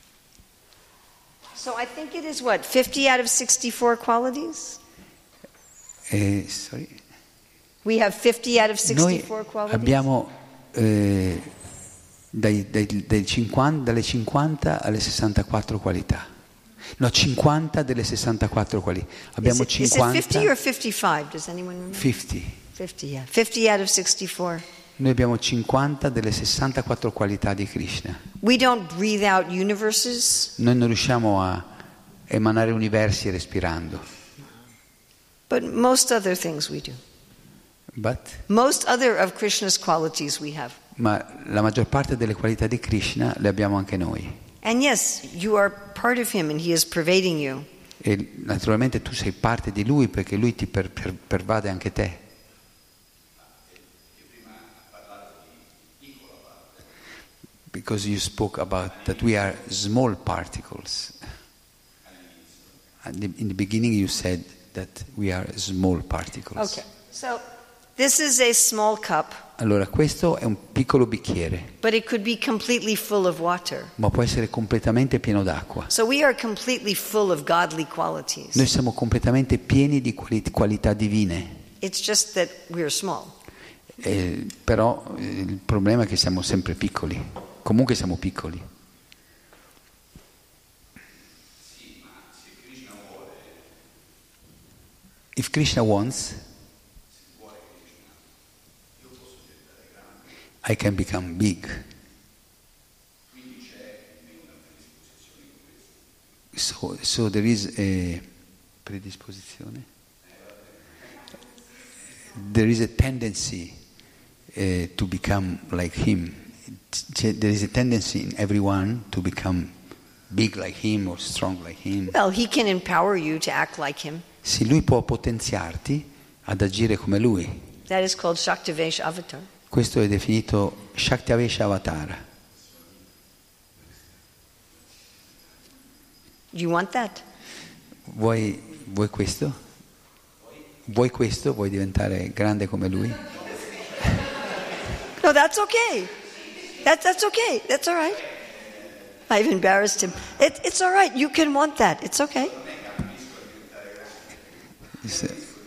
S1: So I think it is what, fifty out of sixty-four qualities?
S2: Eh, sorry.
S1: We have fifty out of
S2: Noi
S1: sixty-four qualities?
S2: abbiamo eh, dai, dai, dai cinquanta, dalle cinquanta alle sessantaquattro qualità. No, cinquanta delle sessantaquattro qualità. Abbiamo
S1: is, it, is it
S2: cinquanta.
S1: fifty or fifty-five? Does anyone remember?
S2: fifty.
S1: fifty, yeah. fifty out of sixty-four.
S2: Noi abbiamo cinquanta delle sessantaquattro qualità di Krishna.
S1: We don't breathe out universes,
S2: Noi non riusciamo a emanare universi respirando,
S1: but most other things we do.
S2: But,
S1: Most other of Krishna's qualities we have.
S2: ma la maggior parte delle qualità di Krishna le abbiamo anche noi.
S1: And yes, you are part of him and he is pervading you.
S2: E naturalmente tu sei parte di lui perché lui ti per, per, pervade anche te. Because you spoke about that we are small particles. In the beginning you said that we are small particles.
S1: Okay, so this is a small cup,
S2: Allora questo è un piccolo bicchiere,
S1: but it could be completely full of water.
S2: ma può essere completamente pieno d'acqua.
S1: So we are completely full of godly qualities.
S2: Noi siamo completamente pieni di quali- qualità divine.
S1: It's just that we're small.
S2: Eh, però eh, il problema è che siamo sempre piccoli, comunque siamo piccoli. If Krishna wants, I can become big. So, so there is a predisposizione. There is a tendency uh, to become like him. There is a tendency in everyone to become big like him or strong like him.
S1: Well, he can empower you to act like him.
S2: Sì, lui può potenziarti ad agire come lui.
S1: That is called Shaktivesh Avatar.
S2: Questo è definito Shaktivesh Avatara.
S1: Do you want that?
S2: Vuoi, vuoi questo? Vuoi questo? Vuoi diventare grande come lui?
S1: No, that's okay. That, that's okay. That's all right. I've embarrassed him. It, it's all right. You can want that. It's okay.
S2: So,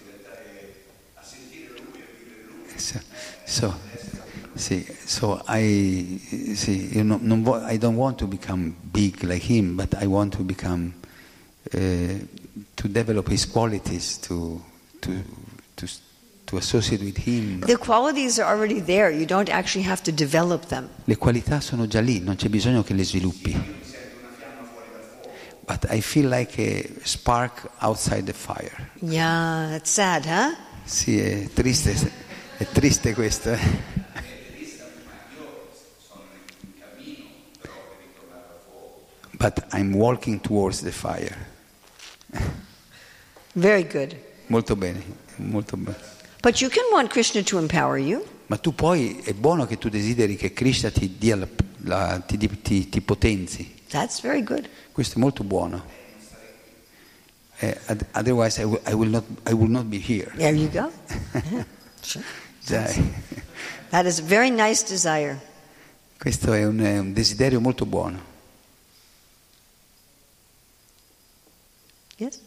S2: so, sì, so I, sì, io non, non vo- I don't want to become big like him, but I want to become, uh, to develop his qualities, to, to, to, to associate with him.
S1: The qualities are already there. You don't actually have to develop them.
S2: Le qualità sono già lì, non c'è bisogno che le sviluppi. But I feel like a spark outside the fire.
S1: Yeah, it's sad, huh?
S2: Sì, è triste, è triste questo. Eh? But I'm walking towards the fire.
S1: Very good.
S2: Molto bene, molto bene.
S1: But you can want Krishna to empower you.
S2: Ma tu poi, è buono che tu desideri che Krishna ti dia la, la, ti, ti, ti potenzi.
S1: That's very good.
S2: Questo è molto buono. Eh, otherwise I will, I will not, I will not be here.
S1: There you go. Yeah, sure.
S2: Dai.
S1: That is a very nice desire.
S2: Questo è un, è un desiderio molto buono.
S1: Yes?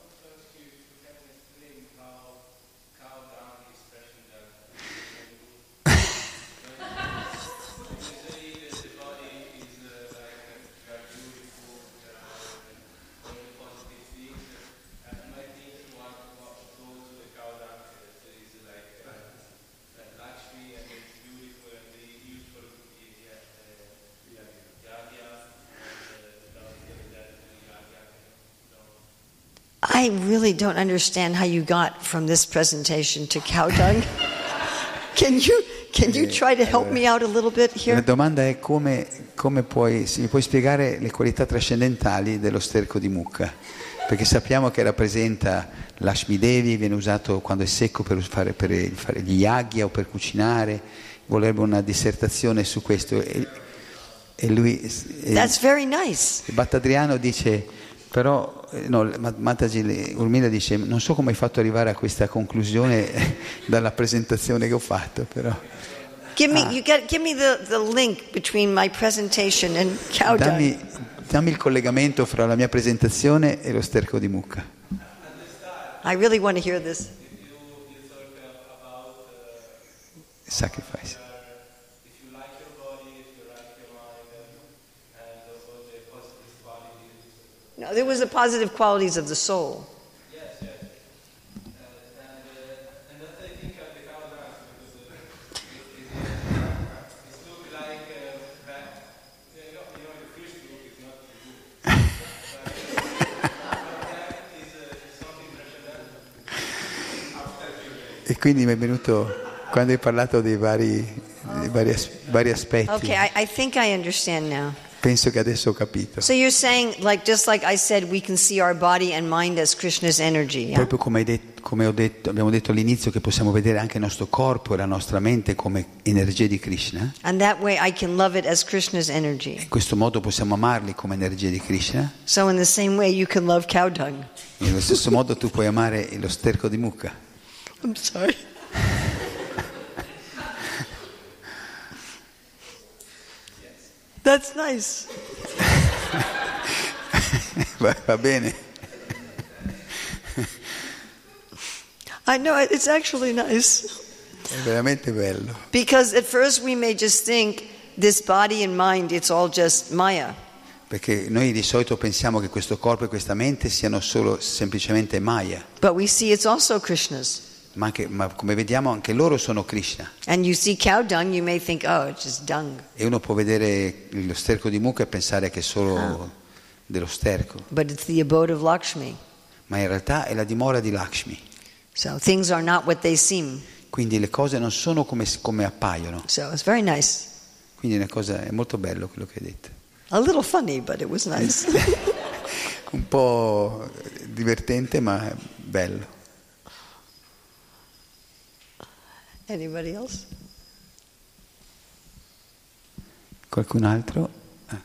S1: I really don't understand how you got from this presentation to cow dung. Can you can you try to help me out a little bit
S2: La
S1: here?
S2: domanda è come, come puoi, se mi puoi spiegare le qualità trascendentali dello sterco di mucca? Perché sappiamo che rappresenta l'Ashmi Devi, viene usato quando è secco per fare, per fare gli yagya o per cucinare. Vorrebbe una dissertazione su questo. E, e lui, e,
S1: That's very nice.
S2: Bhattadriano dice, però, no, Mataji Urmila dice, non so come hai fatto ad arrivare a questa conclusione dalla presentazione che ho fatto, però.
S1: Give me
S2: Ah.
S1: you get give me the, the link between my presentation and cow dung.
S2: Dammi, dammi il collegamento fra la mia presentazione e lo sterco di mucca.
S1: I really want to hear this.
S2: Sacrifice.
S1: No, there was the positive qualities of the soul.
S2: E quindi mi è venuto, quando hai parlato dei vari, dei vari, as- vari aspetti,
S1: Okay, I, I think I understand now.
S2: penso che adesso ho capito.
S1: So you're saying, like, just like I said, we can see our body and mind as Krishna's energy. Yeah?
S2: Proprio come, hai detto, come ho detto, abbiamo detto all'inizio, che possiamo vedere anche il nostro corpo e la nostra mente come energie di Krishna.
S1: And that way I can love it as Krishna's energy.
S2: In questo modo possiamo amarli come energie di Krishna.
S1: So in the same way you can love cow dung.
S2: Nello stesso modo tu puoi amare lo sterco di mucca.
S1: I'm sorry. That's nice.
S2: va, va bene.
S1: I know, it's actually nice.
S2: È veramente bello.
S1: Because at first we may just think this body and mind, it's all just Maya.
S2: Perché noi di solito pensiamo che questo corpo e questa mente siano solo semplicemente Maya.
S1: But we see it's also Krishna's.
S2: Ma, anche, ma come vediamo anche loro sono Krishna.
S1: And you see cow dung, you may think, oh, it's just dung.
S2: E uno può vedere lo sterco di mucca e pensare che è solo
S1: Ah.
S2: dello sterco.
S1: But it's the abode of Lakshmi.
S2: Ma in realtà è la dimora di Lakshmi.
S1: So things are not what they seem.
S2: Quindi le cose non sono come, come appaiono.
S1: So it's very nice.
S2: Quindi è, una cosa, è molto bello quello che hai detto.
S1: A little funny, but it was nice.
S2: Un po' divertente ma bello.
S1: Anybody else?
S2: Qualcun altro? Ah.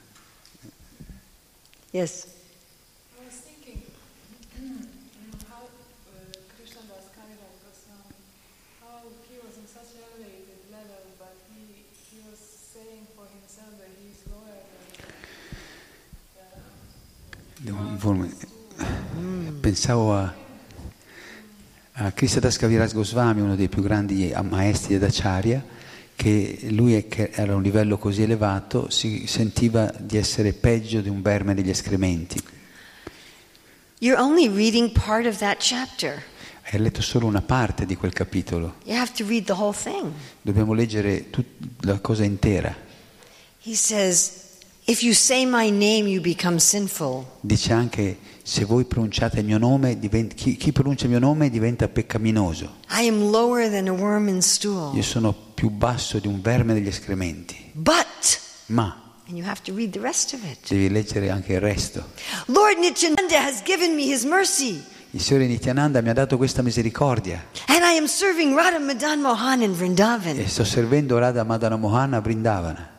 S1: Yes.
S3: I was thinking how uh, Krishna was Kaviraj Goswami, how he was in such elevated level, but he he was saying for himself that he is lower than the,
S2: Pensavo a, a Krishnadas Kaviraj Goswami, uno dei più grandi maestri di Acharya, che lui è, che era a un livello così elevato, si sentiva di essere peggio di un verme degli escrementi.
S1: You're only reading part of that chapter.
S2: Hai letto solo una parte di quel capitolo.
S1: You have to read the whole thing.
S2: Dobbiamo leggere tut- la cosa intera.
S1: He says, if you say my name, you become sinful.
S2: Dice anche, se voi pronunciate il mio nome, divent- chi, chi pronuncia il mio nome diventa peccaminoso.
S1: I am lower than a worm in stool.
S2: Io sono più basso di un verme degli escrementi.
S1: But,
S2: Ma
S1: and you have to read the rest of it.
S2: devi leggere anche il resto.
S1: Lord Nityananda has given me his mercy,
S2: Il Signore Nityananda mi ha dato questa misericordia
S1: and I am serving Radha Madan Mohan in Vrindavan.
S2: e sto servendo Radha Madana Mohan a Vrindavana.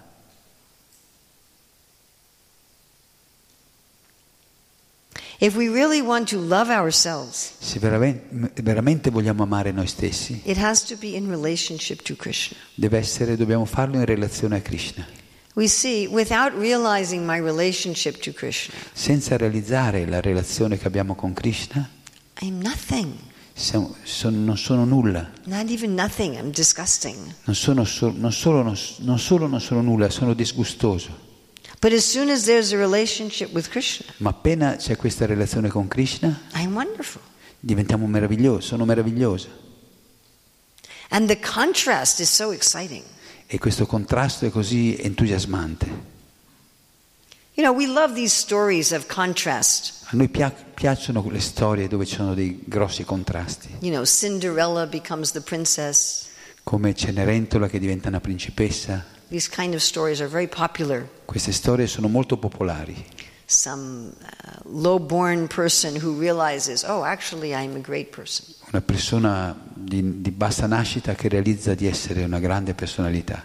S1: If we really want to love ourselves,
S2: Se veramente, veramente vogliamo amare noi stessi,
S1: it has to be in relationship to Krishna.
S2: deve essere, dobbiamo farlo in relazione a Krishna.
S1: We see, without realizing my relationship to Krishna,
S2: Senza realizzare la relazione che abbiamo con Krishna,
S1: I am nothing.
S2: siamo- son- non sono nulla.
S1: Not even nothing. I'm disgusting.
S2: Non, sono so- non solo, non, s- non solo non sono nulla, sono disgustoso.
S1: But as soon as there's a relationship with Krishna,
S2: Ma appena c'è questa relazione con Krishna,
S1: I'm wonderful.
S2: diventiamo meravigliosi, sono meraviglioso.
S1: And the contrast is so exciting.
S2: E questo contrasto è così entusiasmante.
S1: You know, we love these stories of contrast.
S2: A noi pia- piacciono le storie dove ci sono dei grossi contrasti,
S1: You know, Cinderella becomes the princess.
S2: come Cenerentola che diventa una principessa.
S1: These kind of stories are very popular.
S2: Queste storie sono molto popolari.
S1: Some uh, low-born person who realizes, oh, actually, I'm a great person.
S2: Una persona di, di bassa nascita che realizza di essere una grande personalità.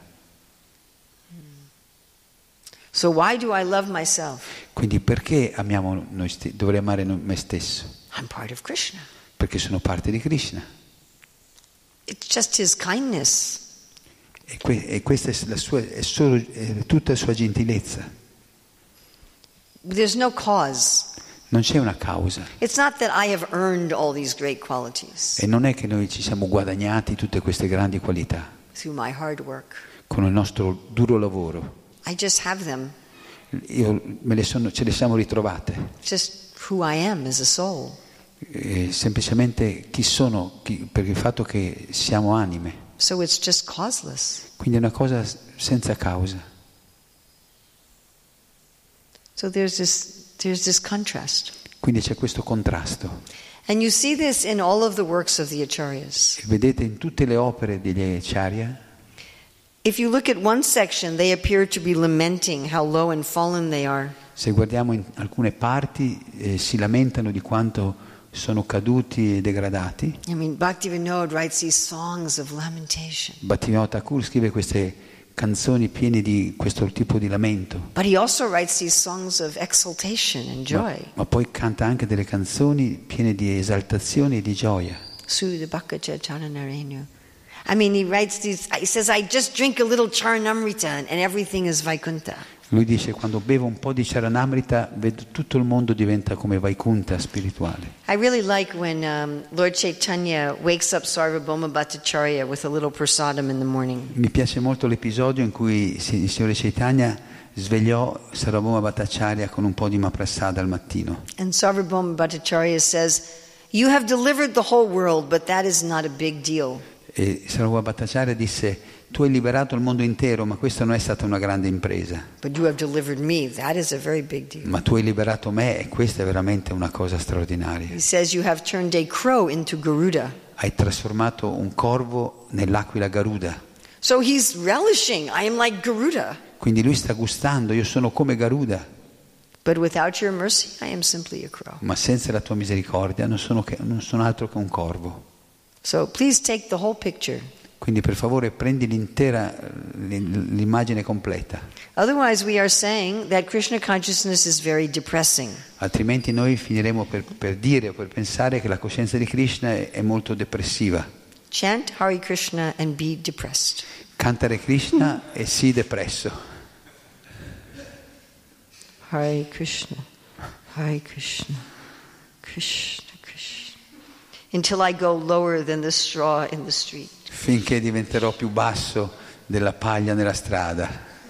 S1: So why do I love myself?
S2: Quindi perché amiamo noi stessi? Dovrei amare noi- me stesso?
S1: I'm part of Krishna.
S2: Perché sono parte di Krishna.
S1: It's just his kindness.
S2: E, que- e questa è, la sua, è solo è tutta la sua gentilezza.
S1: There's no cause.
S2: Non c'è una causa.
S1: It's not that I have earned all these great qualities
S2: E non è che noi ci siamo guadagnati tutte queste grandi qualità
S1: through my hard work.
S2: con il nostro duro lavoro.
S1: I just have them.
S2: Io me le sono, ce le siamo ritrovate.
S1: Just who I am as a soul.
S2: E semplicemente chi sono, chi, per il fatto che siamo anime.
S1: So it's just causeless.
S2: Quindi è una cosa senza causa.
S1: So there's this there's this contrast.
S2: Quindi c'è questo contrasto.
S1: And you see this in all of the works of the Acharyas.
S2: E vedete in tutte le opere degli Acharya,
S1: If you look at one section, they appear to be lamenting how low and fallen they are.
S2: se guardiamo in alcune parti, eh, si lamentano di quanto sono caduti e degradati.
S1: I mean, Bhaktivinoda writes these songs of lamentation.
S2: Bhaktivinoda Thakur scrive queste canzoni piene di questo tipo di lamento,
S1: But he also writes these songs of exultation and
S2: ma,
S1: joy.
S2: ma poi canta anche delle canzoni piene di esaltazione e di gioia.
S1: Sudha Bhakkacha Charanarenu. I mean, he writes these, he says, I just drink a little Charanamrita and everything is Vaikuntha.
S2: Lui dice: quando bevo un po' di Charanamrita vedo tutto il mondo diventa come Vaikuntha spirituale.
S1: I really like when um, Lord Chaitanya wakes up Sarvabhauma Bhattacharya with a little prasadam in the morning.
S2: Mi piace molto l'episodio in cui il Signore Chaitanya svegliò Sarvabhauma Bhattacharya con un po' di Mahaprasada al mattino.
S1: And Sarvabhauma Bhattacharya says, you have delivered the whole world, but that is not a big deal.
S2: E Sarvabhauma Bhattacharya disse: tu hai liberato il mondo intero, ma questa non è stata una grande impresa.
S1: But you have delivered me, that is a very big deal.
S2: Ma tu hai liberato me e questa è veramente una cosa straordinaria.
S1: He says you have turned a crow into Garuda.
S2: Hai trasformato un corvo nell'aquila Garuda.
S1: So he's relishing, I am like Garuda.
S2: Quindi lui sta gustando, io sono come Garuda,
S1: But without your mercy, I am simply a crow.
S2: ma senza la tua misericordia non sono, che, non sono altro che un corvo.
S1: So please take the whole picture.
S2: Quindi per favore prendi l'intera, l'immagine completa.
S1: Otherwise we are saying that Krishna consciousness is very depressing.
S2: Altrimenti noi finiremo per, per dire o per pensare che la coscienza di Krishna è, è molto depressiva.
S1: Chant Hare Krishna and be depressed.
S2: Cantare Krishna e sii depresso.
S1: Hare Krishna, Hare Krishna, Krishna Krishna. Until I go lower than the straw in the street.
S2: Finché diventerò più basso della paglia nella strada.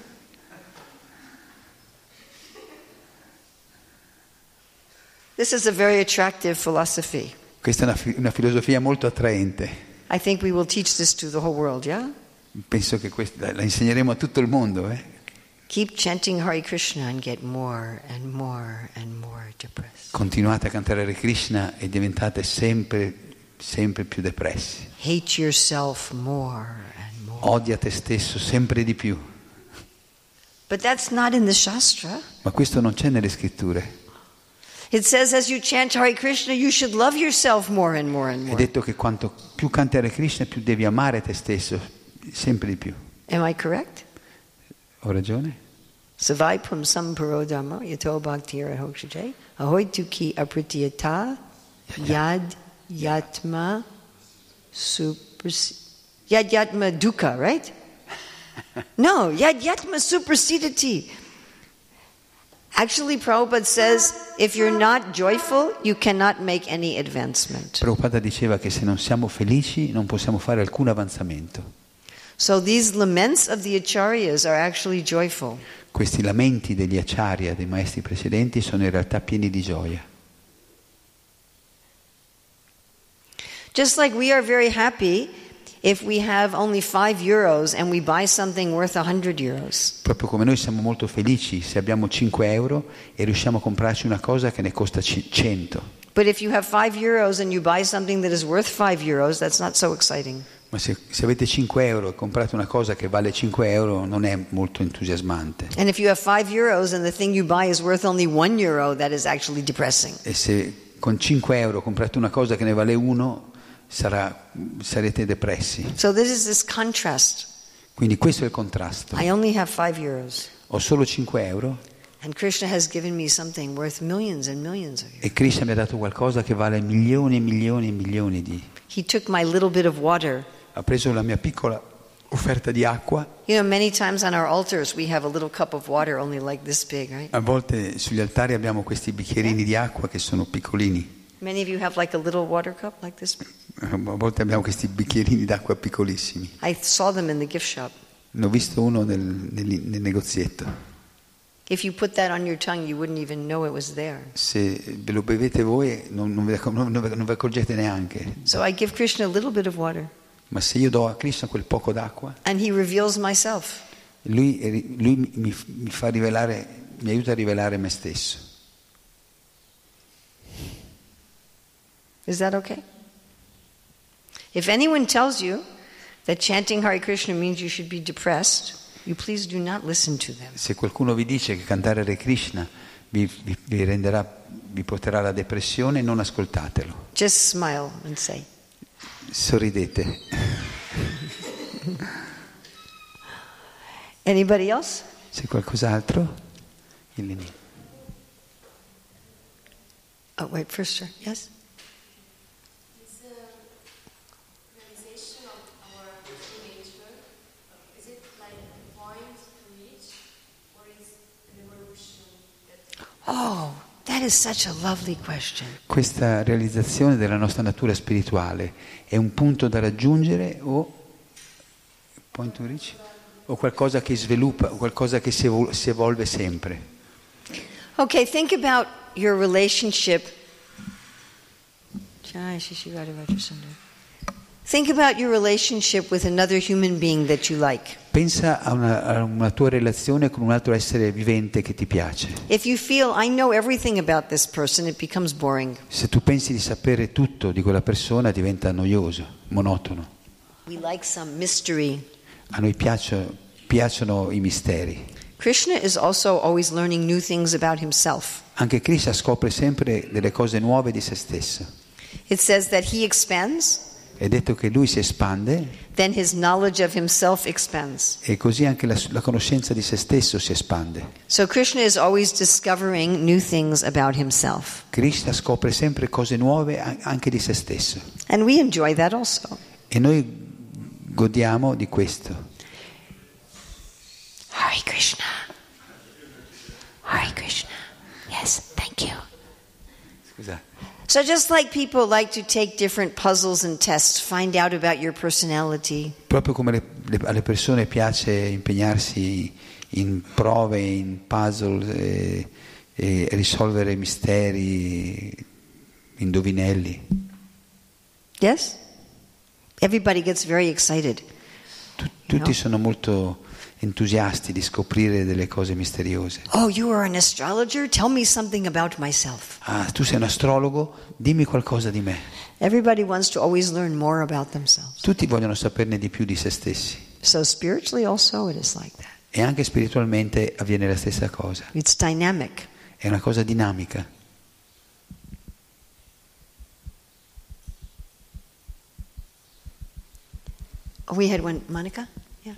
S1: This is a very attractive philosophy.
S2: Questa è una, fi- una filosofia molto attraente.
S1: I think we will teach this to the whole world, yeah?
S2: Penso che questa, la insegneremo a tutto il mondo. Eh?
S1: Keep chanting Hare Krishna and get more and more and more depressed.
S2: Continuate a cantare Hare Krishna e diventate sempre, sempre più depressi.
S1: Hate yourself more and more.
S2: Odia te stesso sempre di più.
S1: But that's not in the Shastra.
S2: Ma questo non c'è nelle scritture.
S1: It says as you chant Hare Krishna, you should love yourself more and more and
S2: È
S1: more.
S2: detto che quanto più canti Hare Krishna, più devi amare te stesso, sempre di più.
S1: Am I correct?
S2: Ho ragione?
S1: Savai pumsam parodharma yato bhaktira hokshite ahoituki apritiyata yad yatma supersi yad yatma dukkha, right? No, yad yatma supersediti. Actually, Prabhupada says, if you're not joyful, you cannot make any advancement.
S2: Prabhupada diceva che se non siamo felici non possiamo fare alcun avanzamento.
S1: So these laments of the acharyas are actually joyful.
S2: Questi lamenti degli acharya, dei maestri precedenti, sono in realtà pieni di gioia.
S1: Just like we are very happy if we have only five euros and we buy something worth a hundred euros.
S2: Proprio come noi siamo molto felici se abbiamo cinque euro e riusciamo a comprarci una cosa che ne costa cento.
S1: But if you have five euros and you buy something that is worth five euros, that's not so exciting.
S2: Ma se, se avete cinque euro e comprate una cosa che vale cinque euro non è molto entusiasmante.
S1: And if you have five euros and the thing you buy is worth only one euro, that is actually depressing.
S2: E se con cinque euro comprate una cosa che ne vale uno, sarà, sarete depressi.
S1: So this is this contrast.
S2: Quindi questo è il contrasto.
S1: I only have five euros.
S2: Ho solo cinque euro
S1: And Krishna has given me something worth millions and millions of euros.
S2: e Krishna mi ha dato qualcosa che vale milioni e milioni e milioni di.
S1: He took my little bit of water.
S2: Ha preso la mia piccola offerta di acqua.
S1: You know, many times on our altars we have a little cup of water only like this big, right?
S2: A volte sugli altari abbiamo questi bicchierini di acqua che sono piccolini.
S1: Many of you have like a little water cup like this big.
S2: A volte abbiamo questi bicchierini d'acqua piccolissimi.
S1: I saw them in the gift shop.
S2: Ne ho visto uno nel, nel, nel negozietto.
S1: If you put that on your tongue, you wouldn't even know it was there.
S2: Se ve lo bevete voi non, non, vi, non, non vi accorgete neanche.
S1: So I give Krishna a little bit of water.
S2: Ma se io do a Krishna quel poco d'acqua,
S1: And he reveals myself.
S2: lui, lui mi, mi fa rivelare, mi aiuta a rivelare me stesso.
S1: Is that okay? If anyone tells you that chanting Hare Krishna means you should be depressed, you please do not listen to them.
S2: Se qualcuno vi dice che cantare Hare Krishna vi, vi, vi renderà, vi porterà alla depressione, non ascoltatelo.
S1: Just smile and say.
S2: Sorridete.
S1: Anybody else?
S2: C'è qualcos'altro? Eleni.
S1: Oh, wait, first, sir. Yes?
S4: Is the realization of our true nature, is it like a point to reach, or is an evolution? That
S1: Oh, that is such a lovely question.
S2: Questa realizzazione della nostra natura spirituale è un punto da raggiungere o point to reach? O qualcosa che sviluppa, o qualcosa che si evol- si evolve sempre?
S1: Okay, think about your relationship. Jai Shri Shri Radha Radha Sundar. Think about your relationship with another human being that you like.
S2: Pensa a una, a una tua relazione con un altro essere vivente che ti piace.
S1: If you feel, I know everything about this person, it becomes boring.
S2: Se tu pensi di sapere tutto di quella persona, diventa noioso, monotono.
S1: We like some mystery.
S2: A noi piacciono, piacciono i misteri.
S1: Krishna is also always learning new things about himself.
S2: Anche Krishna scopre sempre delle cose nuove di se stesso.
S1: It says that he expands,
S2: È detto che lui si espande
S1: then his knowledge of himself expands.
S2: e così anche la, la conoscenza di se stesso si espande.
S1: So Krishna is always discovering new things about himself.
S2: Krishna scopre sempre cose nuove a- anche di se stesso.
S1: And we enjoy that also.
S2: E noi godiamo di questo.
S1: Hare Krishna. Hare Krishna. Yes, thank you.
S2: Scusa.
S1: So just like people like to take different puzzles and tests, find out about your personality,
S2: Proprio come le, le- alle persone piace impegnarsi in prove, in puzzle e, e risolvere misteri, indovinelli.
S1: yes? Everybody gets very excited.
S2: Tu- tutti sono molto entusiasti di scoprire delle cose misteriose.
S1: Oh, you are an astrologer? Tell me something about myself.
S2: Ah, tu sei un astrologo? Dimmi qualcosa di me.
S1: Everybody wants to always learn more about themselves.
S2: Tutti vogliono saperne di più di se stessi.
S1: So spiritually also it is like that.
S2: E anche spiritualmente avviene la stessa cosa.
S1: It's dynamic.
S2: È una cosa dinamica.
S1: Oh, we had one. Monica? Yeah.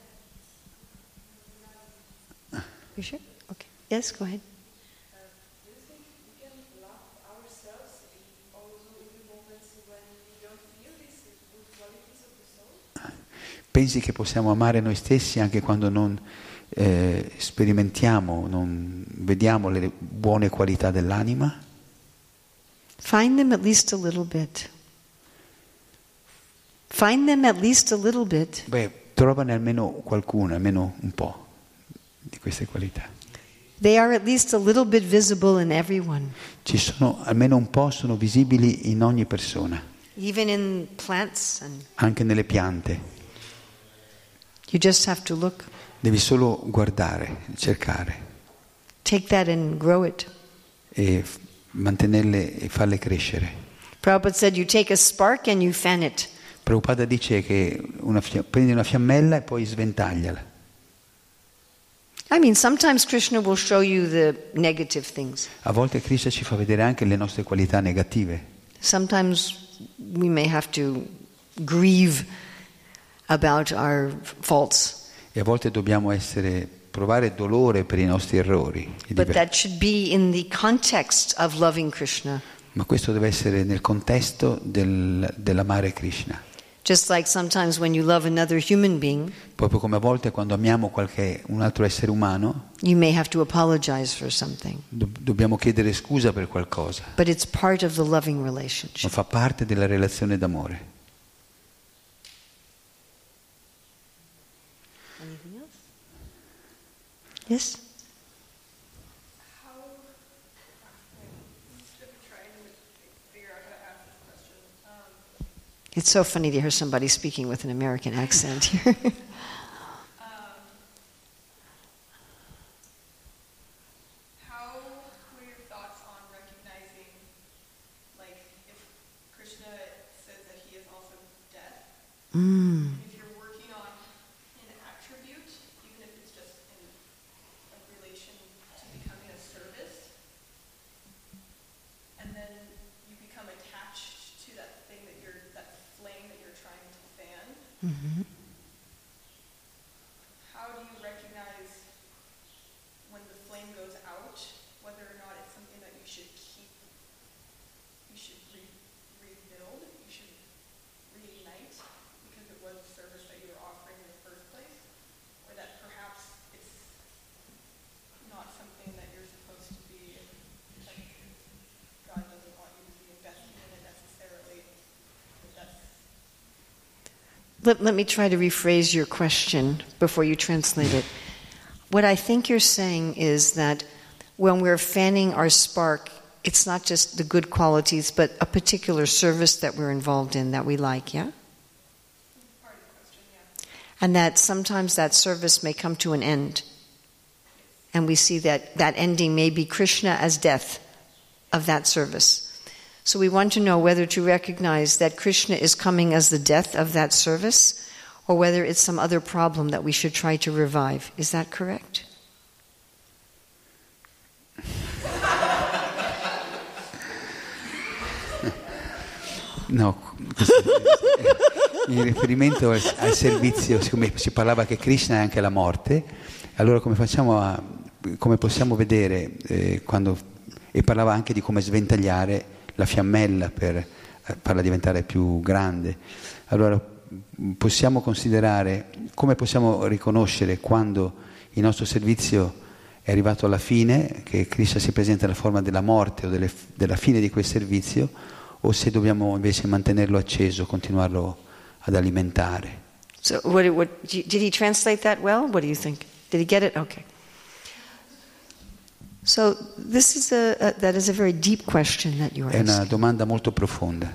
S1: You sure? Okay. Yes, go ahead.
S3: Do you think we can love ourselves in also in the moments when we don't feel these good qualities of the soul?
S2: Pensi che possiamo amare noi stessi anche quando non eh, sperimentiamo, non vediamo le buone qualità dell'anima?
S1: Find them at least a little bit. Find them at least a little bit.
S2: Beh, trovane almeno qualcuna, almeno un po' di queste qualità.
S1: They are at least a little bit visible in everyone,
S2: Ci sono, almeno un po' sono visibili in ogni persona,
S1: even in plants. And
S2: anche nelle piante.
S1: you just have to look.
S2: Devi solo guardare, cercare
S1: Take that and grow it.
S2: e f- mantenerle e farle crescere.
S1: Prabhupada said you take a spark and you fan it.
S2: Prabhupada dice che una fia- prendi una fiammella e poi sventagliala.
S1: I mean, sometimes Krishna will show you the negative things.
S2: A volte Krishna ci fa vedere anche le nostre qualità negative.
S1: Sometimes we may have to grieve about our faults.
S2: E a volte dobbiamo essere, provare dolore per i nostri errori. e
S1: But
S2: diver-
S1: that should be in the context of loving Krishna.
S2: Ma questo deve essere nel contesto del- dell'amare Krishna.
S1: Just like sometimes when you love another human being,
S2: Proprio come a volte quando amiamo qualche, un altro essere umano,
S1: you may have to apologize for something.
S2: do- dobbiamo chiedere scusa per qualcosa.
S1: But it's part of the loving
S2: Ma
S1: relationship.
S2: fa parte della relazione d'amore.
S1: Anything else? Yes?
S3: How? I'm still trying to figure out how to ask this question. Um,
S1: It's so funny to hear somebody speaking with an American accent here.
S3: um, how were your thoughts on recognizing, like, if
S1: Mm.
S3: If you're working on an attribute, even if it's just in a relation to becoming a service, and then you become attached to that thing that you're, that flame that you're trying to fan,
S1: Mm-hmm.
S3: how do you recognize when the flame goes out, whether or not it's something that you should keep, you should re- rebuild, you should reignite, because it was a service that you were offering in the first place, or that perhaps it's not something that you're supposed to be, like, God doesn't want you to be investing in it necessarily, but that's
S1: Let, let me try to rephrase your question before you translate it. What I think you're saying is that when we're fanning our spark, it's not just the good qualities, but a particular service that we're involved in that we like, yeah?
S3: part of the question, yeah.
S1: And that sometimes that service may come to an end. And we see that that ending may be Krishna as death of that service. So we want to know whether to recognize that Krishna is coming as the death of that service, or whether it's some other problem that we should try to revive. Is that correct?
S2: No, in riferimento al, al servizio, siccome si parlava che Krishna è anche la morte, allora come facciamo a, come possiamo vedere eh, quando, e parlava anche di come sventagliare la fiammella per eh, farla diventare più grande. Allora possiamo considerare, come possiamo riconoscere quando il nostro servizio è arrivato alla fine, che Krishna si presenta nella forma della morte o delle, della fine di quel servizio, o se dobbiamo invece mantenerlo acceso, continuarlo ad alimentare.
S1: So what, what, did he translate that well? What do you think? Did he get it? Okay. So this is a, a that is a very deep question that you are
S2: È una
S1: asking.
S2: domanda molto profonda.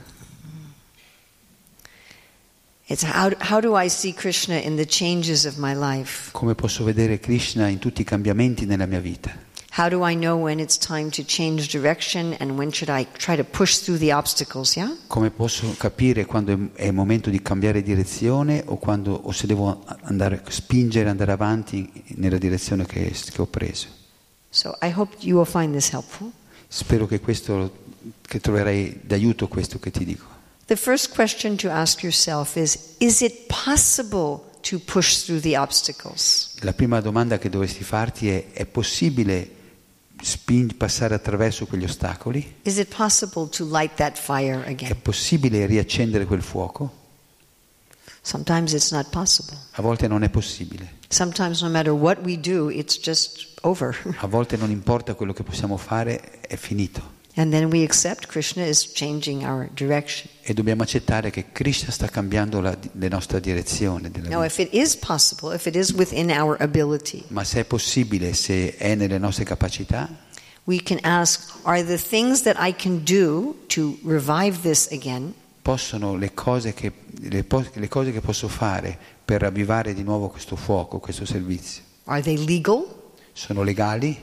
S1: It's how how do I see Krishna in the changes of my life?
S2: Come posso vedere Krishna in tutti i cambiamenti nella mia vita?
S1: How do I know when it's time to change direction and when should I try to push through the obstacles, yeah?
S2: Come posso capire quando è, è il momento di cambiare direzione o, quando, o se devo andare, spingere, andare avanti nella direzione che, che ho preso?
S1: So I hope you will find this helpful.
S2: Spero che, questo, che troverai d'aiuto questo che ti dico.
S1: The first question to ask yourself is, is it possible to push through the obstacles?
S2: La prima domanda che dovresti farti è: è possibile sping- passare attraverso quegli ostacoli?
S1: Is it possible to light that fire
S2: È
S1: again?
S2: possibile riaccendere quel fuoco?
S1: Sometimes it's not possible.
S2: A volte non è possibile.
S1: Sometimes no matter what we do, it's just over.
S2: A volte non importa quello che possiamo fare, è finito.
S1: And then we accept Krishna is changing our direction.
S2: E dobbiamo accettare che Krishna sta cambiando la, la nostra direzione della
S1: Now,
S2: vita.
S1: if it is possible, if it is within our ability,
S2: Ma se è possibile, se è nelle nostre capacità,
S1: we can ask, are the things that I can do to revive this again,
S2: possono le cose che, le, po- le cose che posso fare per ravvivare di nuovo questo fuoco, questo servizio,
S1: are they legal?
S2: sono legali,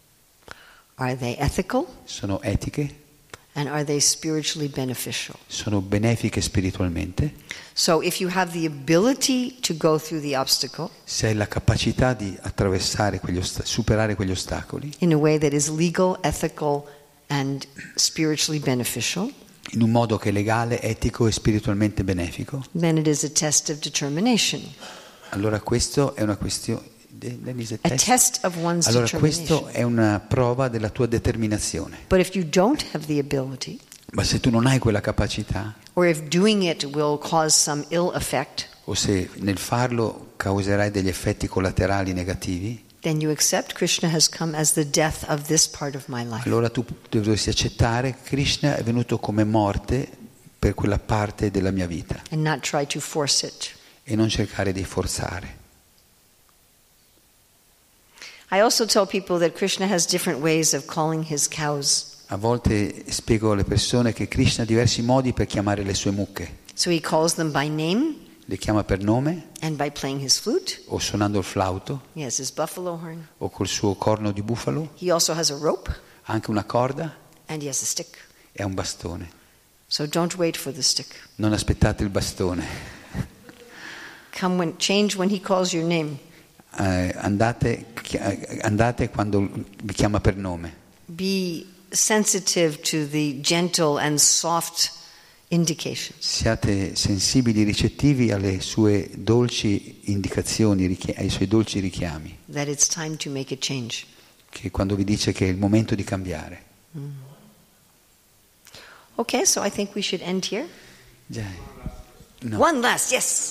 S1: Are they ethical?
S2: sono etiche,
S1: And are they spiritually beneficial?
S2: sono benefiche spiritualmente?
S1: So if you have the ability to go through the obstacle
S2: Se hai la capacità di attraversare quegli osta- superare quegli ostacoli
S1: in a way that is legal, ethical, and spiritually beneficial,
S2: in un modo che è legale, etico e spiritualmente benefico,
S1: then it is a test of determination.
S2: allora questo è una questione. then is a
S1: A
S2: test.
S1: test of one's
S2: Allora questo
S1: determination.
S2: è una prova della tua determinazione.
S1: But if you don't have the ability,
S2: Ma se tu non hai quella capacità,
S1: or if doing it will cause some ill effect,
S2: o se nel farlo causerai degli effetti collaterali negativi,
S1: then you accept Krishna has come as the death of this part of my life.
S2: allora tu dovresti accettare che Krishna è venuto come morte per quella parte della mia vita
S1: And not try to force it.
S2: e non cercare di forzare.
S1: I also tell people that Krishna has different ways of calling his cows.
S2: A volte spiego alle persone che Krishna ha diversi modi per chiamare le sue mucche.
S1: So he calls them by name
S2: Le chiama per nome,
S1: and by playing his flute.
S2: o suonando il flauto,
S1: He has his buffalo horn.
S2: o col suo corno di bufalo,
S1: He also has a rope
S2: ha anche una corda
S1: and he has a stick.
S2: e un bastone.
S1: So don't wait for the stick.
S2: Non aspettate il bastone.
S1: Come when, change when he calls your name.
S2: Eh, andate, chi- andate quando vi chiama per nome.
S1: Be sensitive to the gentle and soft indications.
S2: Siate sensibili, ricettivi alle sue dolci indicazioni, richi- ai suoi dolci richiami,
S1: That it's time to make a change.
S2: che quando vi dice che è il momento di cambiare.
S1: Okay, so I think we should end here.
S2: Già. No.
S1: One last, yes.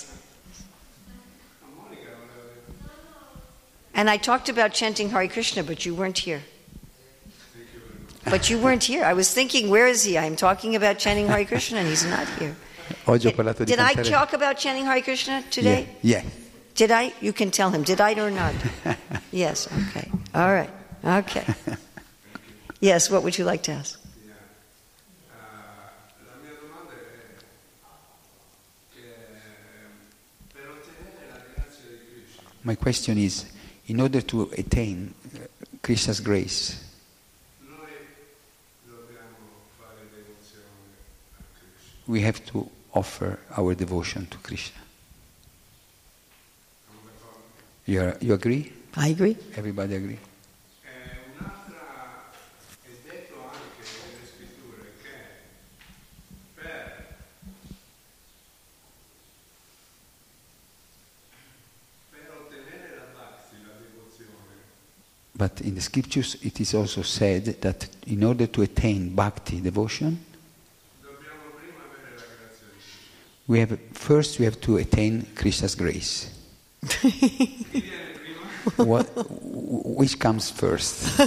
S1: And I talked about chanting Hare Krishna, but you weren't here. But you weren't here. I was thinking, where is he? I'm talking about chanting Hare Krishna, and he's not here.
S2: Oggi ho parlato di
S1: Did I
S2: cantare-
S1: talk about chanting Hare Krishna today?
S2: Yeah, yeah.
S1: Did I? You can tell him. Did I or not? Yes, okay. All right. Okay. Yes, what would you like to ask?
S5: La mia domanda è che per ottenere la grazia di Krishna,
S2: My question is, in order to attain uh, Krishna's grace,
S5: noi dobbiamo fare devozione a Krishna.
S2: we have to offer our devotion to Krishna. You, are, you agree?
S1: I agree.
S2: Everybody agree?
S5: E un'altra è detto anche nelle scritture che per per ottenere la bhakti, la devozione,
S2: But in the scriptures it is also said that in order to attain bhakti devotion,
S5: dobbiamo prima avere la grazia di Krishna.
S2: we have first we have to attain Krishna's grace.
S5: Chi viene prima?
S2: What, which comes first?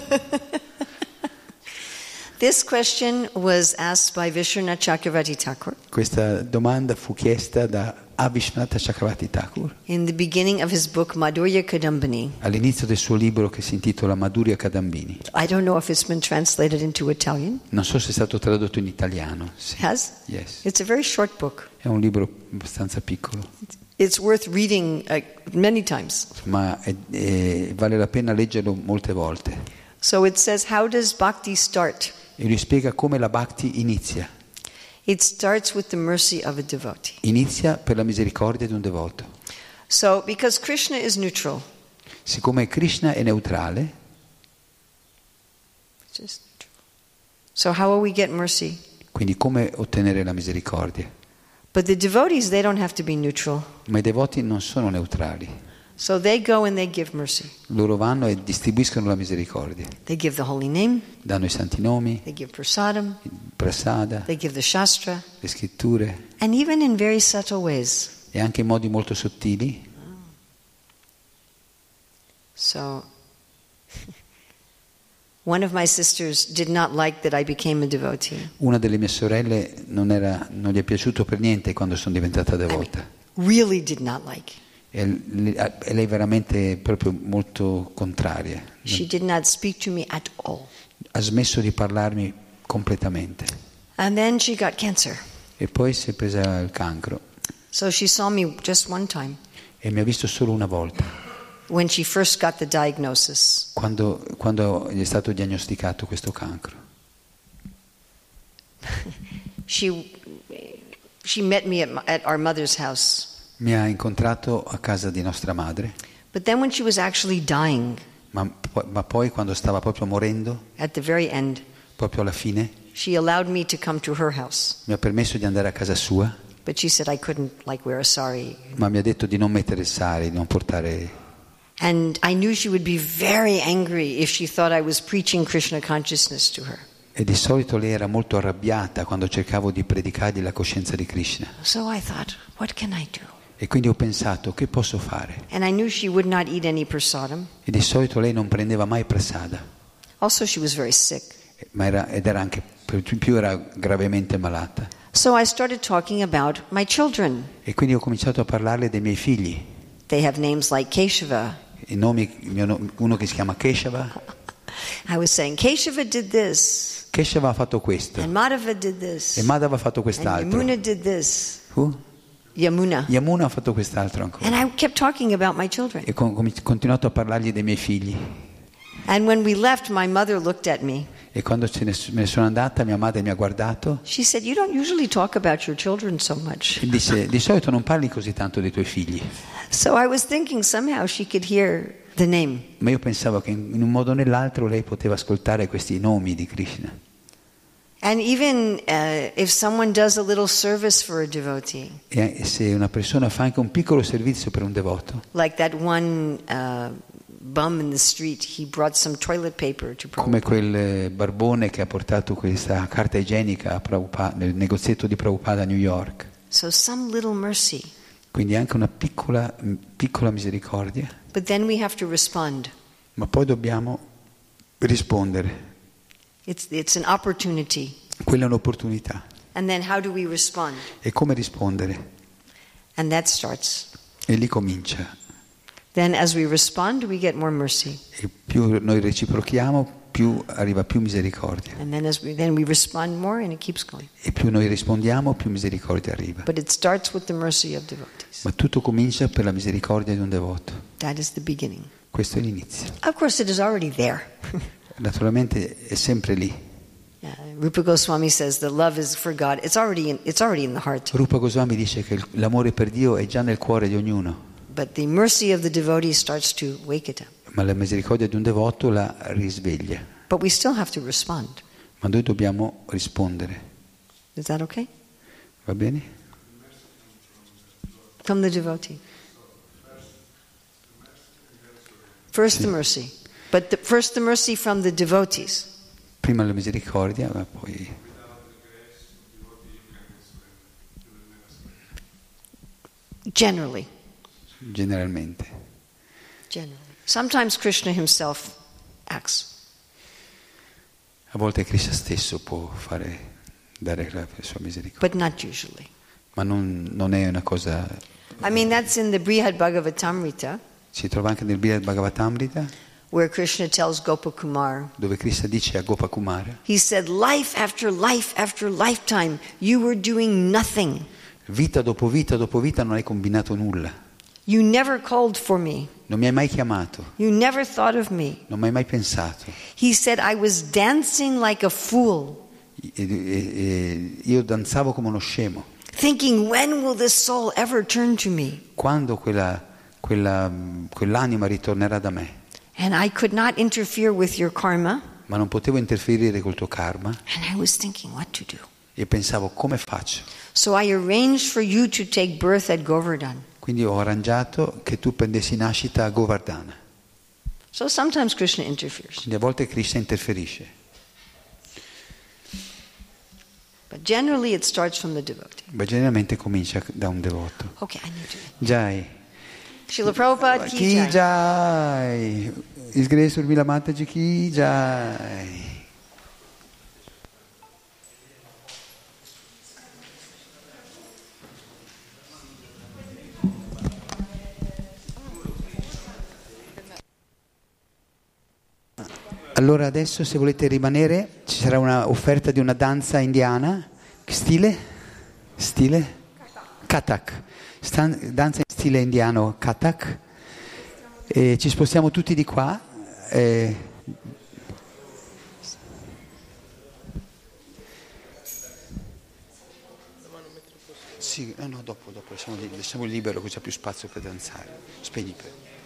S1: This question was asked by Vishwanath Chakravarti Thakur
S2: Questa domanda fu chiesta da Avishnath Chakravarti Thakur
S1: in the beginning of his book Madhurya Kadambini.
S2: all'inizio del suo libro che si intitola Madhurya Kadambini.
S1: I don't know if it's been translated into Italian.
S2: Non so se è stato tradotto in italiano. Sì.
S1: Has?
S2: Yes.
S1: It's a very short book.
S2: È un libro abbastanza piccolo,
S1: It's worth reading uh, many times.
S2: ma è- è- vale la pena leggerlo molte volte.
S1: So it says, how does bhakti start?
S2: E lui spiega come la bhakti inizia.
S1: It starts with the mercy of a devotee.
S2: Inizia per la misericordia di un devoto.
S1: So because Krishna is neutral,
S2: Siccome Krishna è neutrale,
S1: just so how will we get mercy?
S2: quindi come ottenere la misericordia?
S1: But the devotees, they don't have to be neutral.
S2: Ma i devoti non sono neutrali.
S1: So they go and they give mercy.
S2: Loro vanno e distribuiscono la misericordia.
S1: They give the holy name,
S2: Danno i santi nomi,
S1: they give prasadam,
S2: il prasada,
S1: they give the shastra,
S2: le scritture,
S1: and even in very subtle ways.
S2: e anche in modi molto sottili.
S1: So one of my sisters did not like that I became a devotee.
S2: Una delle mie sorelle non, era, non gli è piaciuto per niente quando sono diventata
S1: I mean,
S2: devota.
S1: really did not like.
S2: E l- e lei è veramente proprio molto contraria.
S1: She did not speak to me at all.
S2: Ha smesso di parlarmi completamente.
S1: And then she got cancer.
S2: E poi si è presa il cancro
S1: So she saw me just one time
S2: e mi ha visto solo una volta,
S1: when she first got the diagnosis.
S2: quando, quando gli è stato diagnosticato questo cancro.
S1: She she met me at, my, at our mother's house.
S2: Mi ha incontrato a casa di nostra madre,
S1: But then when she was actually dying,
S2: ma, po- ma poi quando stava proprio morendo,
S1: at the very end,
S2: proprio alla fine,
S1: she allowed me to come to her house.
S2: mi ha permesso di andare a casa sua,
S1: But she said I couldn't like wear a sari.
S2: ma mi ha detto di non mettere il sari, di non portare...
S1: And I knew she would be very angry if she thought I was preaching Krishna consciousness to her.
S2: E di solito lei era molto arrabbiata quando cercavo di predicargli la coscienza di Krishna.
S1: So I thought, what can I do?
S2: E quindi ho pensato, che posso fare?
S1: And I knew she would not eat any prasadam.
S2: E di solito lei non prendeva mai prasada,
S1: Also, she was very sick.
S2: ma era, ed era anche, per di più era gravemente malata.
S1: So I started talking about my children.
S2: E quindi ho cominciato a parlarle dei miei figli.
S1: They have names like Keshava.
S2: I nomi, il mio no- uno che si chiama Keshava.
S1: I was saying, Keshava did this,
S2: Keshava ha fatto questo,
S1: and Madhava did this,
S2: e Madhava ha fatto
S1: and
S2: quest'altro.
S1: Yamuna did this.
S2: Who?
S1: Yamuna.
S2: Yamuna ha fatto quest'altro
S1: And
S2: ancora.
S1: I kept talking about my children.
S2: E ho com- continuato a parlargli dei miei figli.
S1: And when we left, my mother looked at me
S2: E quando ce ne, me ne sono andata, mia madre mi ha guardato
S1: She said, "You don't usually talk about your children so much."
S2: e disse: di solito non parli così tanto dei tuoi figli.
S1: So I was thinking somehow she could hear the name.
S2: Ma io pensavo che in un modo o nell'altro lei poteva ascoltare questi nomi di Krishna.
S1: And even uh, if someone does a little service for a devotee,
S2: E se una persona fa anche un piccolo servizio per un devoto,
S1: like that one uh, bum in the street, he brought some toilet paper to
S2: come
S1: Prabhupada.
S2: quel eh, barbone che ha portato questa carta igienica a Prabhupada, nel negozietto di Prabhupada a New York.
S1: So some little mercy.
S2: Quindi anche una piccola, piccola misericordia,
S1: But then we have to respond.
S2: ma poi dobbiamo rispondere.
S1: It's, it's an opportunity.
S2: Quella è un'opportunità.
S1: And then how do we respond?
S2: E come rispondere?
S1: And that starts.
S2: E lì comincia.
S1: Then as we respond, we get more mercy.
S2: E più noi reciprochiamo, più arriva più misericordia.
S1: And then as we then we respond more and it keeps going.
S2: E più noi rispondiamo, più misericordia arriva.
S1: But it starts with the mercy of devotees.
S2: Ma tutto comincia per la misericordia di un devoto.
S1: That is the beginning.
S2: Questo è l'inizio.
S1: Of course, it is already there.
S2: Naturalmente è sempre lì.
S1: Yeah, Rupa Goswami says the love is for God. It's already in, it's already in the heart.
S2: Rupa Goswami dice che l'amore per Dio è già nel cuore di ognuno,
S1: But the mercy of the devotee starts to wake it up.
S2: ma la misericordia di un devoto la risveglia.
S1: But we still have to respond.
S2: Ma noi dobbiamo rispondere.
S1: Is that okay?
S2: Va bene?
S1: From the devotee. First the mercy. But the, first the mercy from the devotees.
S2: Prima la misericordia, ma poi
S1: Generally.
S2: generalmente.
S1: Generally. Sometimes Krishna himself acts.
S2: A volte Krishna stesso può fare, dare la sua misericordia,
S1: But not usually.
S2: ma non, non è una cosa.
S1: I mean, that's in the Brihad Bhagavatamrita,
S2: Si trova anche nel Brihad Bhagavatamrita,
S1: where Krishna tells Gopakumar,
S2: dove Krishna dice a Gopakumara:
S1: he said, life after life after lifetime, you were doing nothing.
S2: vita dopo vita dopo vita non hai combinato nulla,
S1: You never called for me.
S2: non mi hai mai chiamato,
S1: You never thought of me.
S2: non mi hai mai pensato.
S1: He said, I was dancing like a fool,
S2: E- e- e- io danzavo come uno scemo.
S1: thinking, when will this soul ever turn to me?
S2: Quando quella, quella, quell'anima ritornerà da me?
S1: And I could not interfere with your karma.
S2: Ma non potevo interferire col tuo karma
S1: And I was thinking what to do.
S2: e pensavo: come faccio?
S1: So I arranged for you to take birth at Govardhan.
S2: Quindi ho arrangiato che tu prendessi nascita a Govardhana.
S1: So sometimes Krishna interferes.
S2: Quindi a volte Krishna interferisce,
S1: But generally it starts from the devotee.
S2: ma generalmente comincia da un devoto.
S1: Okay, I need to.
S2: Jai.
S1: Srila Prabhupada ki
S2: Ki
S1: jai.
S2: Jai. His Grace Urmila Mataji Ki Jai. Allora adesso, se volete rimanere, ci sarà una offerta di una danza indiana. Stile? Stile? Kathak. Stan- danza in stile indiano Kathak. E ci spostiamo tutti di qua. E... Sì, no, no, dopo, dopo lasciamo, lasciamo libero, così c'è più spazio per danzare. Spegni per.